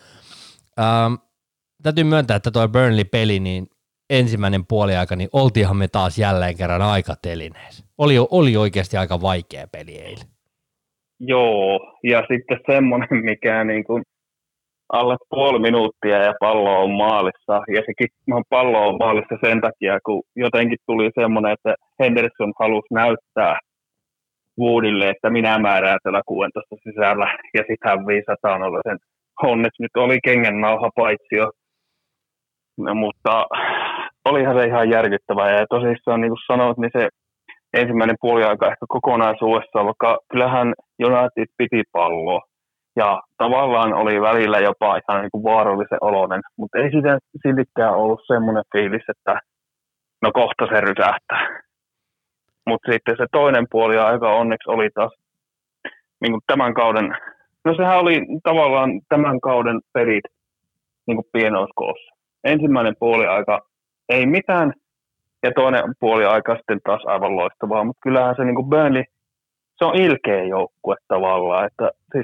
täytyy myöntää, että tuo Burnley-peli, niin ensimmäinen puoliaika, niin oltiinhan me taas jälleen kerran aika telineessä. Oli oikeasti aika vaikea peli eilen. Joo, ja sitten semmoinen, mikä niin kuin alle puoli minuuttia ja pallo on maalissa, ja sekin pallo on maalissa sen takia, kun jotenkin tuli semmoinen, että Henderson halusi näyttää Woodille, että minä määrään tällä 16 sisällä, ja sitten hän 500 sen. Onneksi nyt oli kengännauha paitsio, mutta olihan se ihan järkyttävää, ja tosissaan niin kuin sanoit, niin se ensimmäinen puoliaika ehkä kokonaisuudessaan, vaikka kyllähän United piti palloa, ja tavallaan oli välillä jopa ihan niin kuin vaarallisen oloinen, mutta ei sitä siltikään ollut semmoinen fiilis, että no kohta se rysähtää. Mutta sitten se toinen puoliaika onneksi oli taas niin kuin tämän kauden, no sehän oli tavallaan tämän kauden pelit niin kuin pienoiskoossa. Ensimmäinen puoliaika ei mitään, ja toinen puoliaika sitten taas aivan loistavaa, mutta kyllähän se niin kuin Burnley, se on ilkeä joukkue tavallaan, että siis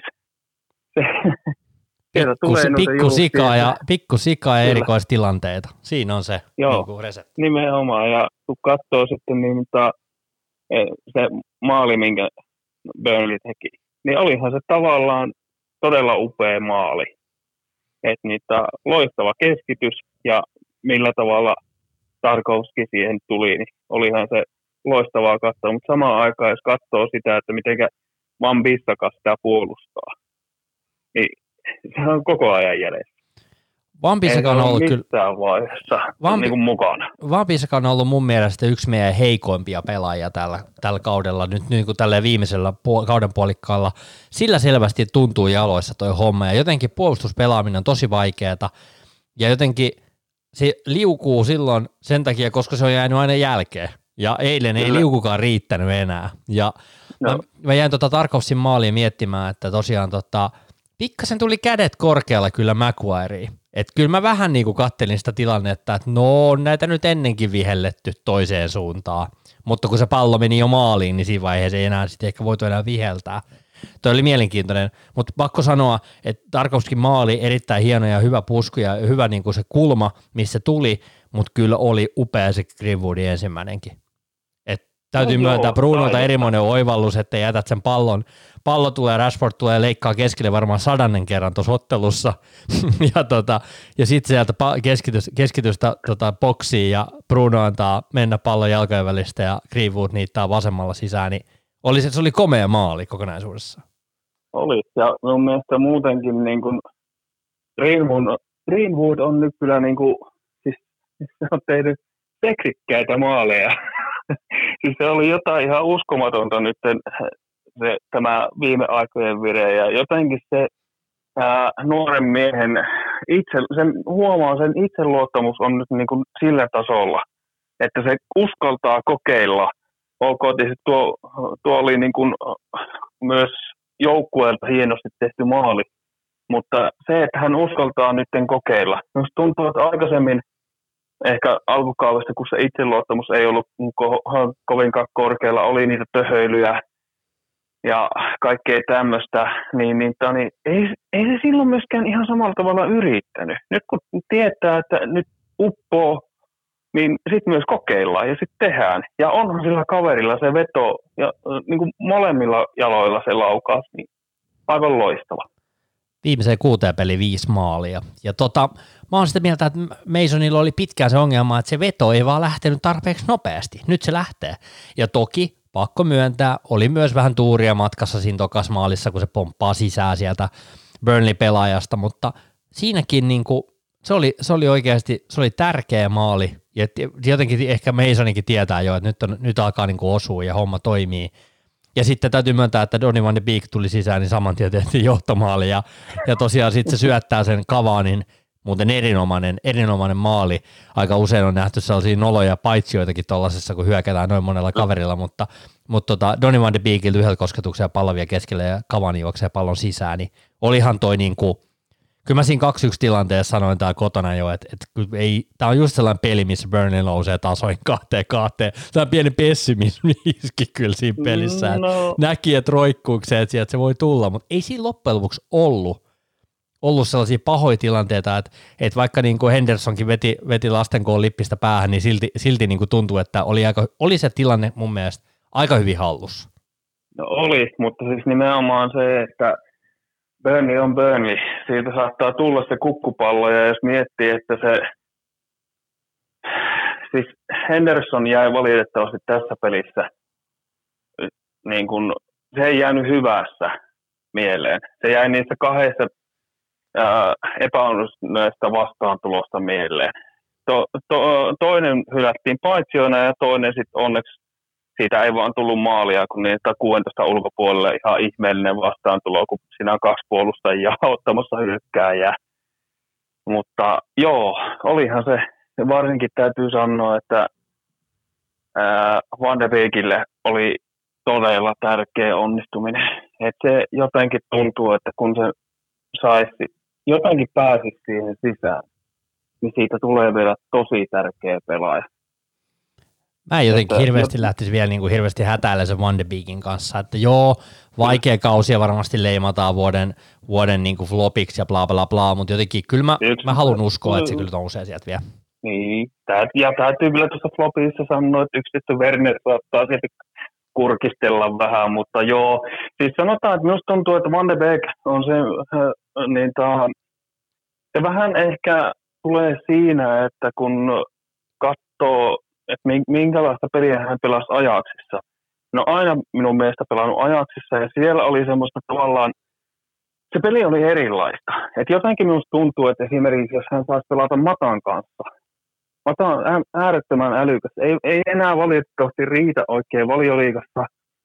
Pikku sikaa ja erikoistilanteita. Siinä on se niin resepti. Nimenomaan. Ja kun katsoo sitten niin, se maali, minkä Burnley teki, niin olihan se tavallaan todella upea maali. Että niitä loistava keskitys ja millä tavalla Tarkovski siihen tuli, niin olihan se loistavaa katsoa. Mutta samaan aikaan, jos katsoo sitä, että miten Van Bissaka sitä puolustaa, niin se on koko ajan jäljessä. Van Bissaka on ollut missään vaiheessa niin kuin mukana. Van Bissaka on ollut mun mielestä yksi meidän heikoimpia pelaajia tällä kaudella, nyt niin kuin tällä viimeisellä kauden puolikkaalla. Sillä selvästi tuntuu jaloissa toi homma, ja jotenkin puolustuspelaaminen on tosi vaikeaa, ja jotenkin se liukuu silloin sen takia, koska se on jäänyt aina jälkeen, ja eilen ei liukukaan riittänyt enää. Ja mä jäin Tarkovsin maalia miettimään, että tosiaan pikkasen tuli kädet korkealla kyllä Maguireen. Että kyllä mä vähän niin kuin kattelin sitä tilannetta, että no on näitä nyt ennenkin vihelletty toiseen suuntaan, mutta kun se pallo meni jo maaliin, niin siinä vaiheessa ei enää sitten ehkä voitu enää viheltää. Toi oli mielenkiintoinen, mutta pakko sanoa, että Tarkovskin maali erittäin hieno ja hyvä pusku ja hyvä niin kuin se kulma, missä tuli, mutta kyllä oli upea se Greenwoodin ensimmäinenkin. Täytyy myöntää Brunolta erimoinen oivallus, että jätät sen pallo tulee, Rashford tulee leikkaa keskelle varmaan 100 kerran tuossa ottelussa, ja sitten sieltä keskitystä boksiin, ja Bruno antaa mennä pallon jalkojen välistä, ja Greenwood niittää vasemmalla sisään, niin Se oli komea maali kokonaisuudessaan. Oli, ja mun mielestä muutenkin niin kuin Greenwood on nyt kyllä niin kuin, siis se on tehnyt seksikkäitä maaleja. Siis se oli jotain ihan uskomatonta nyt tämä viime aikojen vire, ja jotenkin se nuoren miehen sen itseluottamus on nyt niin kuin sillä tasolla, että se uskaltaa kokeilla. Tietysti tuo oli niin kuin myös joukkueelta hienosti tehty maali, mutta se, että hän uskaltaa nyt kokeilla. Minusta tuntuu, että aikaisemmin ehkä alkukaudesta, kun se itseluottamus ei ollut kovinkaan korkealla, oli niitä töhöilyjä ja kaikkea tämmöistä, niin ei se silloin myöskään ihan samalla tavalla yrittänyt. Nyt kun tietää, että nyt uppoo, niin sitten myös kokeillaan ja sitten tehdään. Ja onhan sillä kaverilla se veto ja niin kuin molemmilla jaloilla se laukaus, niin aivan loistava. Viimeiseen 6 peliin 5 maalia. Ja mä oon sitä mieltä, että Masonilla oli pitkään se ongelma, että se veto ei vaan lähtenyt tarpeeksi nopeasti. Nyt se lähtee. Ja toki, pakko myöntää, oli myös vähän tuuria matkassa siinä tokas maalissa, kun se pomppaa sisään sieltä Burnley-pelaajasta, mutta siinäkin niin kuin, se oli oikeasti tärkeä maali. Ja jotenkin ehkä Masonikin tietää jo, että nyt alkaa niin kuin osua ja homma toimii. Ja sitten täytyy myöntää, että Donny van de Beek tuli sisään, niin saman tien tehtiin johtomaali. Ja tosiaan sitten se syöttää sen Cavanin, muuten erinomainen maali. Aika usein on nähty sellaisia noloja paitsioitakin tuollaisessa, kun hyökätään noin monella kaverilla, mutta Donny van de Beekiltä yhdellä kosketuksella pallo vie keskelle ja Cavani juoksee pallon sisään, niin olihan toi niinku, kyllä mä siinä 2-1 tilanteessa sanoin täällä kotona jo, että tää on just sellainen peli, missä Burnley nousee tasoin 2-2. Tämä on pieni pessimismi iski kyllä siinä pelissä. No. Näki, että roikkuuko se, että sieltä se voi tulla, mutta ei siinä loppujen lopuksi ollut sellaisia pahoja tilanteita, että vaikka niin kuin Hendersonkin veti lastenkoon lippistä päähän, niin silti niin kuin tuntui, että oli se tilanne mun mielestä aika hyvin hallussa. No oli, mutta siis nimenomaan se, että Burnley on Burnley. Siitä saattaa tulla se kukkupallo, ja jos miettii, että siis Henderson jäi valitettavasti tässä pelissä, niin kun, se ei jäänyt hyvässä mieleen. Se jäi niistä 2 epäonnistuneesta vastaantulosta mieleen. Toinen hylättiin paitsioina ja toinen sitten onneksi siitä ei vaan tullut maalia, kun niitä 16 ulkopuolelle ihan ihmeellinen vastaantulo, kun siinä on 2 puolustajia ottamassa hyökkääjää. Mutta joo, olihan se, varsinkin täytyy sanoa, että Van de Beekille oli todella tärkeä onnistuminen. Että se jotenkin tuntuu, että kun se jotenkin pääsisi siihen sisään, niin siitä tulee vielä tosi tärkeä pelaaja. Mä en jotenkin hirveästi lähtisi vielä niin kuin hirveästi hätäillä sen Van de Beekin kanssa, että joo, vaikea kausia varmasti leimataan vuoden niin kuin flopiksi ja bla bla bla, mutta jotenkin kyllä mä haluan uskoa, että se kyllä nousee sieltä vielä. Niin, ja täytyy kyllä tuossa flopissa sanoa, että yksi Werner saattaa sieltä kurkistella vähän, mutta joo, siis sanotaan, että minusta tuntuu, että Van de Beek on se, niin se vähän ehkä tulee siinä, että kun katsoo, että minkälaista peliä hän pelasi Ajaxissa. No aina minun mielestä pelannut Ajaxissa ja siellä oli semmoista tavallaan, se peli oli erilaista. Et jotenkin minusta tuntuu, että esimerkiksi jos hän saisi pelata Matan kanssa. Mata on äärettömän älykäs. Ei enää valitettavasti riitä oikein Valioliigassa.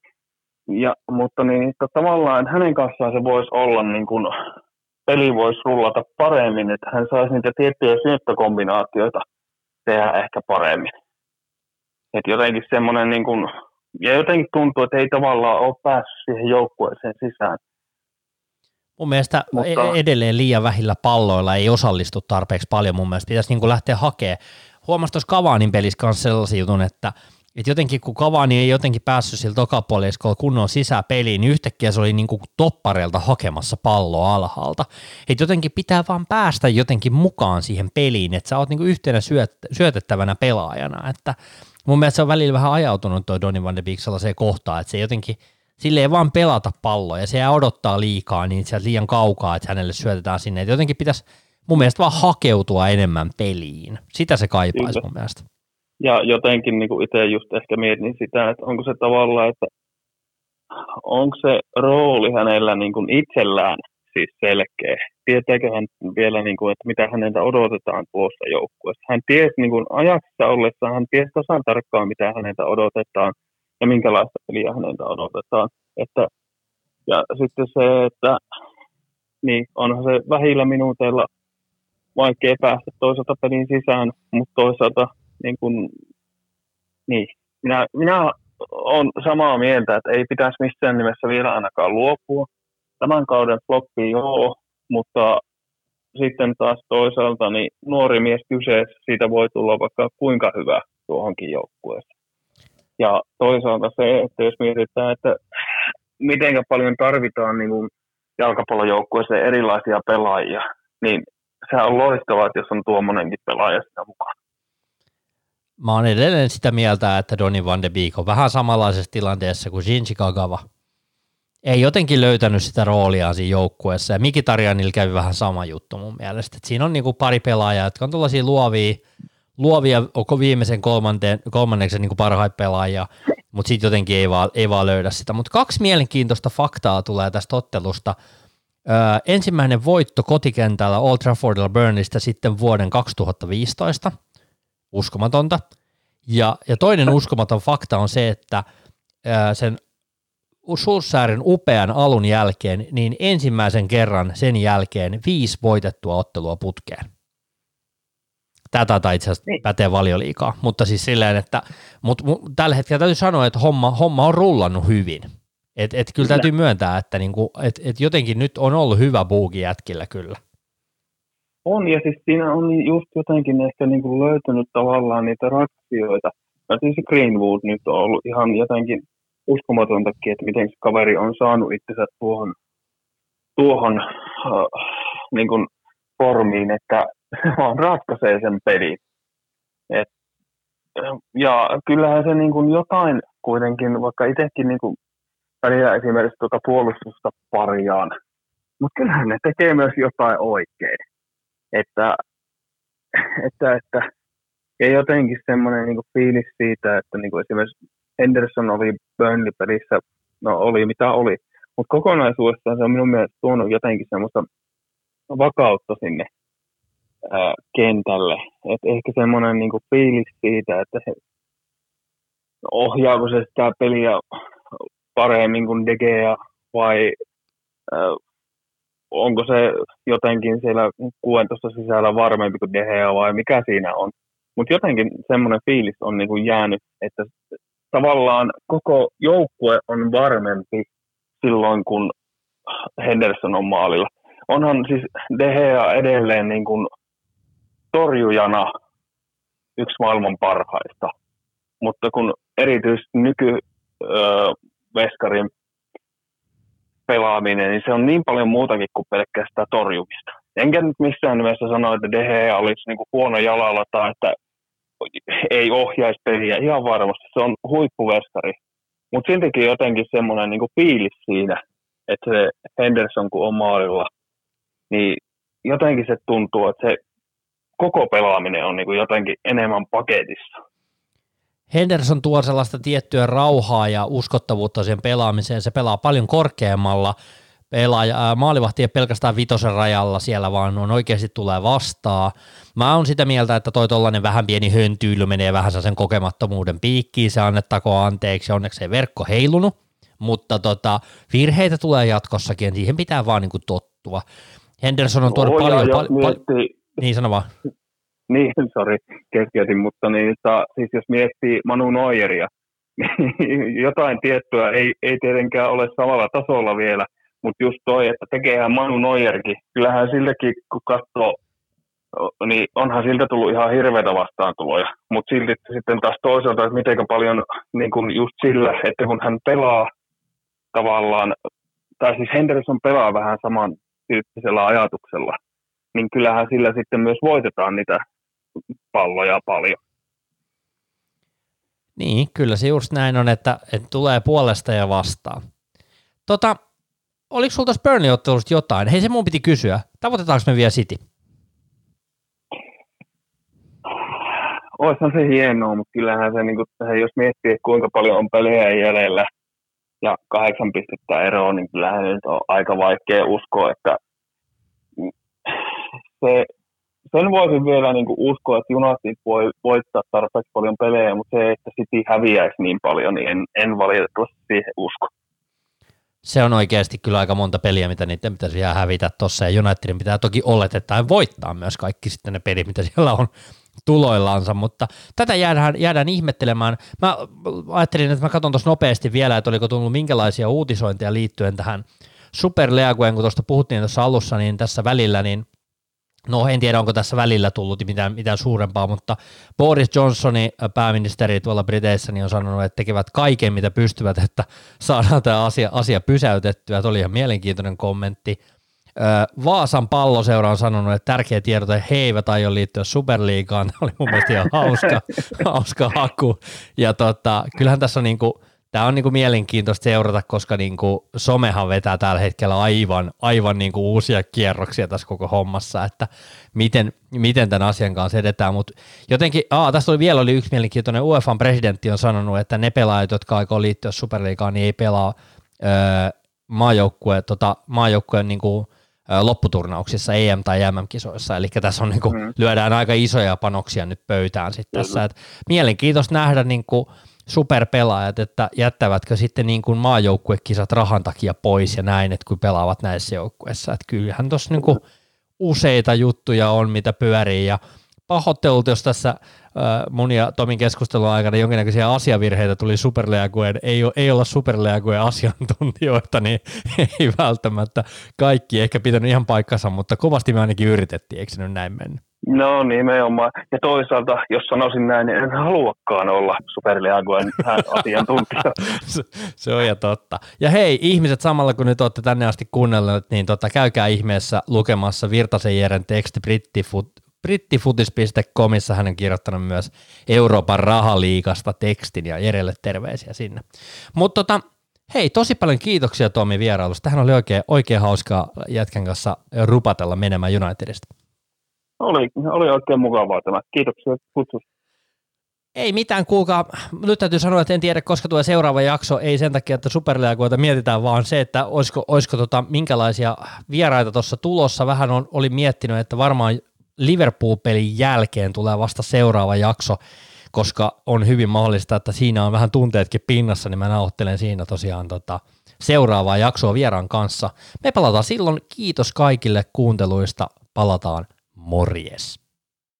Mutta niin, tavallaan hänen kanssaan se voisi olla niin kuin, peli voisi rullata paremmin, että hän saisi niitä tiettyjä syöttökombinaatioita tehdä ehkä paremmin. Että jotenkin semmoinen, niin kuin, ja jotenkin tuntuu, että ei tavallaan ole päässyt siihen joukkueeseen sisään. Mun mielestä edelleen liian vähillä palloilla ei osallistu tarpeeksi paljon mun mielestä. Pitäisi niin kuin lähteä hakemaan. Huomasi tuossa Cavanin pelissä kanssa sellaisen jutun, että jotenkin kun Cavani ei jotenkin päässyt sillä tokapuoliskolla kunnon sisäpeliin, niin yhtäkkiä se oli niin kuin toppareilta hakemassa palloa alhaalta. Että jotenkin pitää vaan päästä jotenkin mukaan siihen peliin, että sä oot niin kuin yhtenä syötettävänä pelaajana. Että mun mielestä se on välillä vähän ajautunut toi Donny van de Beek sellaiseen kohtaan, että se jotenkin sille ei vaan pelata palloa ja se jää odottaa liikaa, niin se on liian kaukaa, että hänelle syötetään sinne. Et jotenkin pitäisi mun mielestä vaan hakeutua enemmän peliin. Sitä se kaipaisi mun mielestä. Ja jotenkin niin kuin itse just ehkä mietin sitä, että onko se tavallaan, että onko se rooli hänellä niin kuin itsellään siis selkeä? Tietääkö hän vielä, niin kuin, että mitä häneltä odotetaan tuossa joukkueessa? Hän tiesi niin kuin Ajaxissa ollessa, hän tiesi tasan tarkkaan, mitä häneltä odotetaan ja minkälaista peliä häneltä odotetaan. Ja sitten se, että niin, onhan se vähillä minuuteilla vaikea päästä toisaalta pelin sisään, mutta toisaalta niin, minä olen samaa mieltä, että ei pitäisi missään nimessä vielä ainakaan luopua. Tämän kauden floppi joo, mutta sitten taas toisaalta niin nuori mies kyseessä, siitä voi tulla vaikka kuinka hyvä tuohonkin joukkueeseen. Ja toisaalta se, että jos mietitään, että miten paljon tarvitaan niin kuin jalkapallojoukkueeseen erilaisia pelaajia, niin sehän on loistavaa, jos on tuommoinenkin pelaaja siinä mukaan. Mä oon edelleen sitä mieltä, että Donny van de Beek on vähän samanlaisessa tilanteessa kuin Shinji Kagawa. Ei jotenkin löytänyt sitä rooliaan siinä joukkueessa, ja Mkhitaryanilla kävi vähän sama juttu mun mielestä. Et siinä on niinku pari pelaajaa, jotka on tuollaisia luovia onko viimeisen kolmanneksen niinku parhaita pelaajia, mutta sitten jotenkin ei vaan löydä sitä. Mutta 2 mielenkiintoista faktaa tulee tästä ottelusta. Ensimmäinen voitto kotikentällä Old Traffordilla Burnleystä sitten vuoden 2015. Uskomatonta. Ja toinen uskomaton fakta on se, että sen Solskjaerin upean alun jälkeen, niin ensimmäisen kerran sen jälkeen 5 voitettua ottelua putkeen. Tämä taitaa itse asiassa pätee Valioliigaa, mutta siis silleen, että tällä hetkellä täytyy sanoa, että homma on rullannut hyvin. Et kyllä täytyy myöntää, että niinku, et jotenkin nyt on ollut hyvä buugi jätkillä kyllä. On, ja siis siinä on just jotenkin ehkä niinku löytynyt tavallaan niitä ratkaisijoita. Ja siis Greenwood nyt on ollut ihan jotenkin uskomatontakin, että miten se kaveri on saanut itsensä tuohon niin kuin formiin, että vaan ratkaisee sen pelin. Ja kyllähän se niin kuin jotain kuitenkin, vaikka itsekin niin kuin pärjää esimerkiksi tuota puolustusta parjaan, mutta kyllähän ne tekee myös jotain oikein. Että ja jotenkin semmoinen niin kuin fiilis siitä, että niin kuin esimerkiksi Henderson oli Burnley-pelissä, no oli mitä oli, mutta kokonaisuudessaan se on minun mielestä tuonut jotenkin semmoista vakautta sinne kentälle. Et ehkä semmoinen niinku fiilis siitä, että ohjaako se sitä peliä paremmin kuin De Gea vai onko se jotenkin siellä 16 sisällä varmempi kuin De Gea vai mikä siinä on. Mutta jotenkin semmoinen fiilis on niinku jäänyt, että tavallaan koko joukkue on varmempi silloin, kun Henderson on maalilla. Onhan siis De Gea edelleen niin kuin torjujana yksi maailman parhaista, mutta kun erityisesti nykyveskarin pelaaminen, niin se on niin paljon muutakin kuin pelkkää sitä torjumista. Enkä nyt missään nimessä sano, että De Gea olisi niin kuin huono jalalla tai että ei ohjaisi peliä, ihan varmasti. Se on huippuveskari. Mutta siltikin jotenkin semmoinen niinku fiilis siinä, että se Henderson kun on maalilla, niin jotenkin se tuntuu, että se koko pelaaminen on niinku jotenkin enemmän paketissa. Henderson tuo sellaista tiettyä rauhaa ja uskottavuutta siihen pelaamiseen. Se pelaa paljon korkeammalla. Maalivahti ei pelkästään 5 rajalla siellä, vaan on oikeasti tulee vastaan. Mä oon sitä mieltä, että toi tollainen vähän pieni höntyily menee vähän sen kokemattomuuden piikkiin, se annettakoon anteeksi, onneksi ei verkko heilunut, mutta virheitä tulee jatkossakin, ja siihen pitää vaan niinku tottua. Henderson on tuonut niin sano vaan. Niin, sori, keskeytin, mutta siis jos miettii Manu Neueria, niin jotain tiettyä ei tietenkään ole samalla tasolla vielä, mutta just toi, että tekeehän Manu Neuerkin, kyllähän siltäkin, kun katsoo, niin onhan siltä tullut ihan hirveitä vastaantuloja. Mutta silti sitten taas toisaalta, että miten paljon niin kun just sillä, että kun hän pelaa tavallaan, tai siis Henderson pelaa vähän saman tyyppisellä ajatuksella, niin kyllähän sillä sitten myös voitetaan niitä palloja paljon. Niin, kyllä se just näin on, että tulee puolesta ja vastaan. Oliko sulla tuossa Burnley-ottelusta jotain? Hei, se mun piti kysyä. Tavoitetaanko me vielä City? Olisihan se hienoa, mutta kyllähän se, niin kuin, jos miettii, kuinka paljon on pelejä jäljellä, ja 8 pistettä eroa, niin kyllähän nyt on aika vaikea uskoa, että sen voisin vielä niin kuin uskoa, että United voi voittaa tarpeeksi paljon pelejä, mutta se, että City häviäisi niin paljon, niin en valitettavasti siihen usko. Se on oikeasti kyllä aika monta peliä, mitä niiden pitäisi jää hävitä tuossa, ja Unitedin pitää toki oletettaen voittaa myös kaikki sitten ne pelit, mitä siellä on tuloillansa, mutta tätä jäädään ihmettelemään. Mä ajattelin, että mä katson tuossa nopeasti vielä, että oliko tullut minkälaisia uutisointeja liittyen tähän Superleagueen, kun tuosta puhuttiin tuossa alussa, niin tässä välillä, niin no en tiedä, onko tässä välillä tullut mitään suurempaa, mutta Boris Johnsoni, pääministeri tuolla Briteissä, niin on sanonut, että tekevät kaiken, mitä pystyvät, että saadaan tämä asia pysäytettyä. Tuo oli ihan mielenkiintoinen kommentti. Vaasan Palloseura on sanonut, että tärkeä tiedote, että he eivät aio liittyä Superliigaan. Tämä oli mun mielestä ihan hauska haku. Ja kyllähän tässä on tämä on mielenkiintoista seurata, koska somehan vetää tällä hetkellä aivan uusia kierroksia tässä koko hommassa, että miten tämän asian kanssa edetään, mutta jotenkin, tässä oli yksi mielenkiintoinen, UEFAn presidentti on sanonut, että ne pelaajat, jotka aikoo liittyä Superliigaan, niin ei pelaa maajoukkueen lopputurnauksissa, EM- tai MM-kisoissa, eli tässä on lyödään aika isoja panoksia nyt pöydään sitten tässä, että mielenkiintoista nähdä superpelaajat, että jättävätkö sitten maajoukkuekisat rahan takia pois ja näin, että kun pelaavat näissä joukkueissa, että kyllähän tuossa useita juttuja on, mitä pyörii, ja pahoittelut, jos tässä mun ja Tomin keskustelun aikana jonkinnäköisiä asiavirheitä tuli Superleagueen, ei olla Superleagueen asiantuntijoita, niin ei välttämättä kaikki ehkä pitänyt ihan paikkansa, mutta kovasti me ainakin yritettiin, eikö se nyt näin mennyt? No nimenomaan. Ja toisaalta, jos sanoisin näin, niin en haluakaan olla Superleagueen asiantuntija. Se on ja totta. Ja hei, ihmiset, samalla kun nyt olette tänne asti kuunnelleet, niin käykää ihmeessä lukemassa Virtasen Jeren teksti brittifutis.comissa. Hän on kirjoittanut myös Euroopan rahaliigasta tekstin, ja Jerelle terveisiä sinne. Mutta hei, tosi paljon kiitoksia Tomi vierailusta. Tähän oli oikein hauskaa jätkän kanssa rupatella menemään Unitedista. Oli oikein mukavaa tämä. Kiitoksia kutsusta. Ei mitään, kuulkaa. Nyt täytyy sanoa, että en tiedä, koska tuo seuraava jakso, ei sen takia, että Superleagueita mietitään, vaan se, että olisiko minkälaisia vieraita tuossa tulossa. Vähän oli miettinyt, että varmaan Liverpool-pelin jälkeen tulee vasta seuraava jakso, koska on hyvin mahdollista, että siinä on vähän tunteetkin pinnassa, niin mä nauhoittelen siinä tosiaan seuraavaa jaksoa vieraan kanssa. Me palataan silloin. Kiitos kaikille kuunteluista. Palataan. Morjes.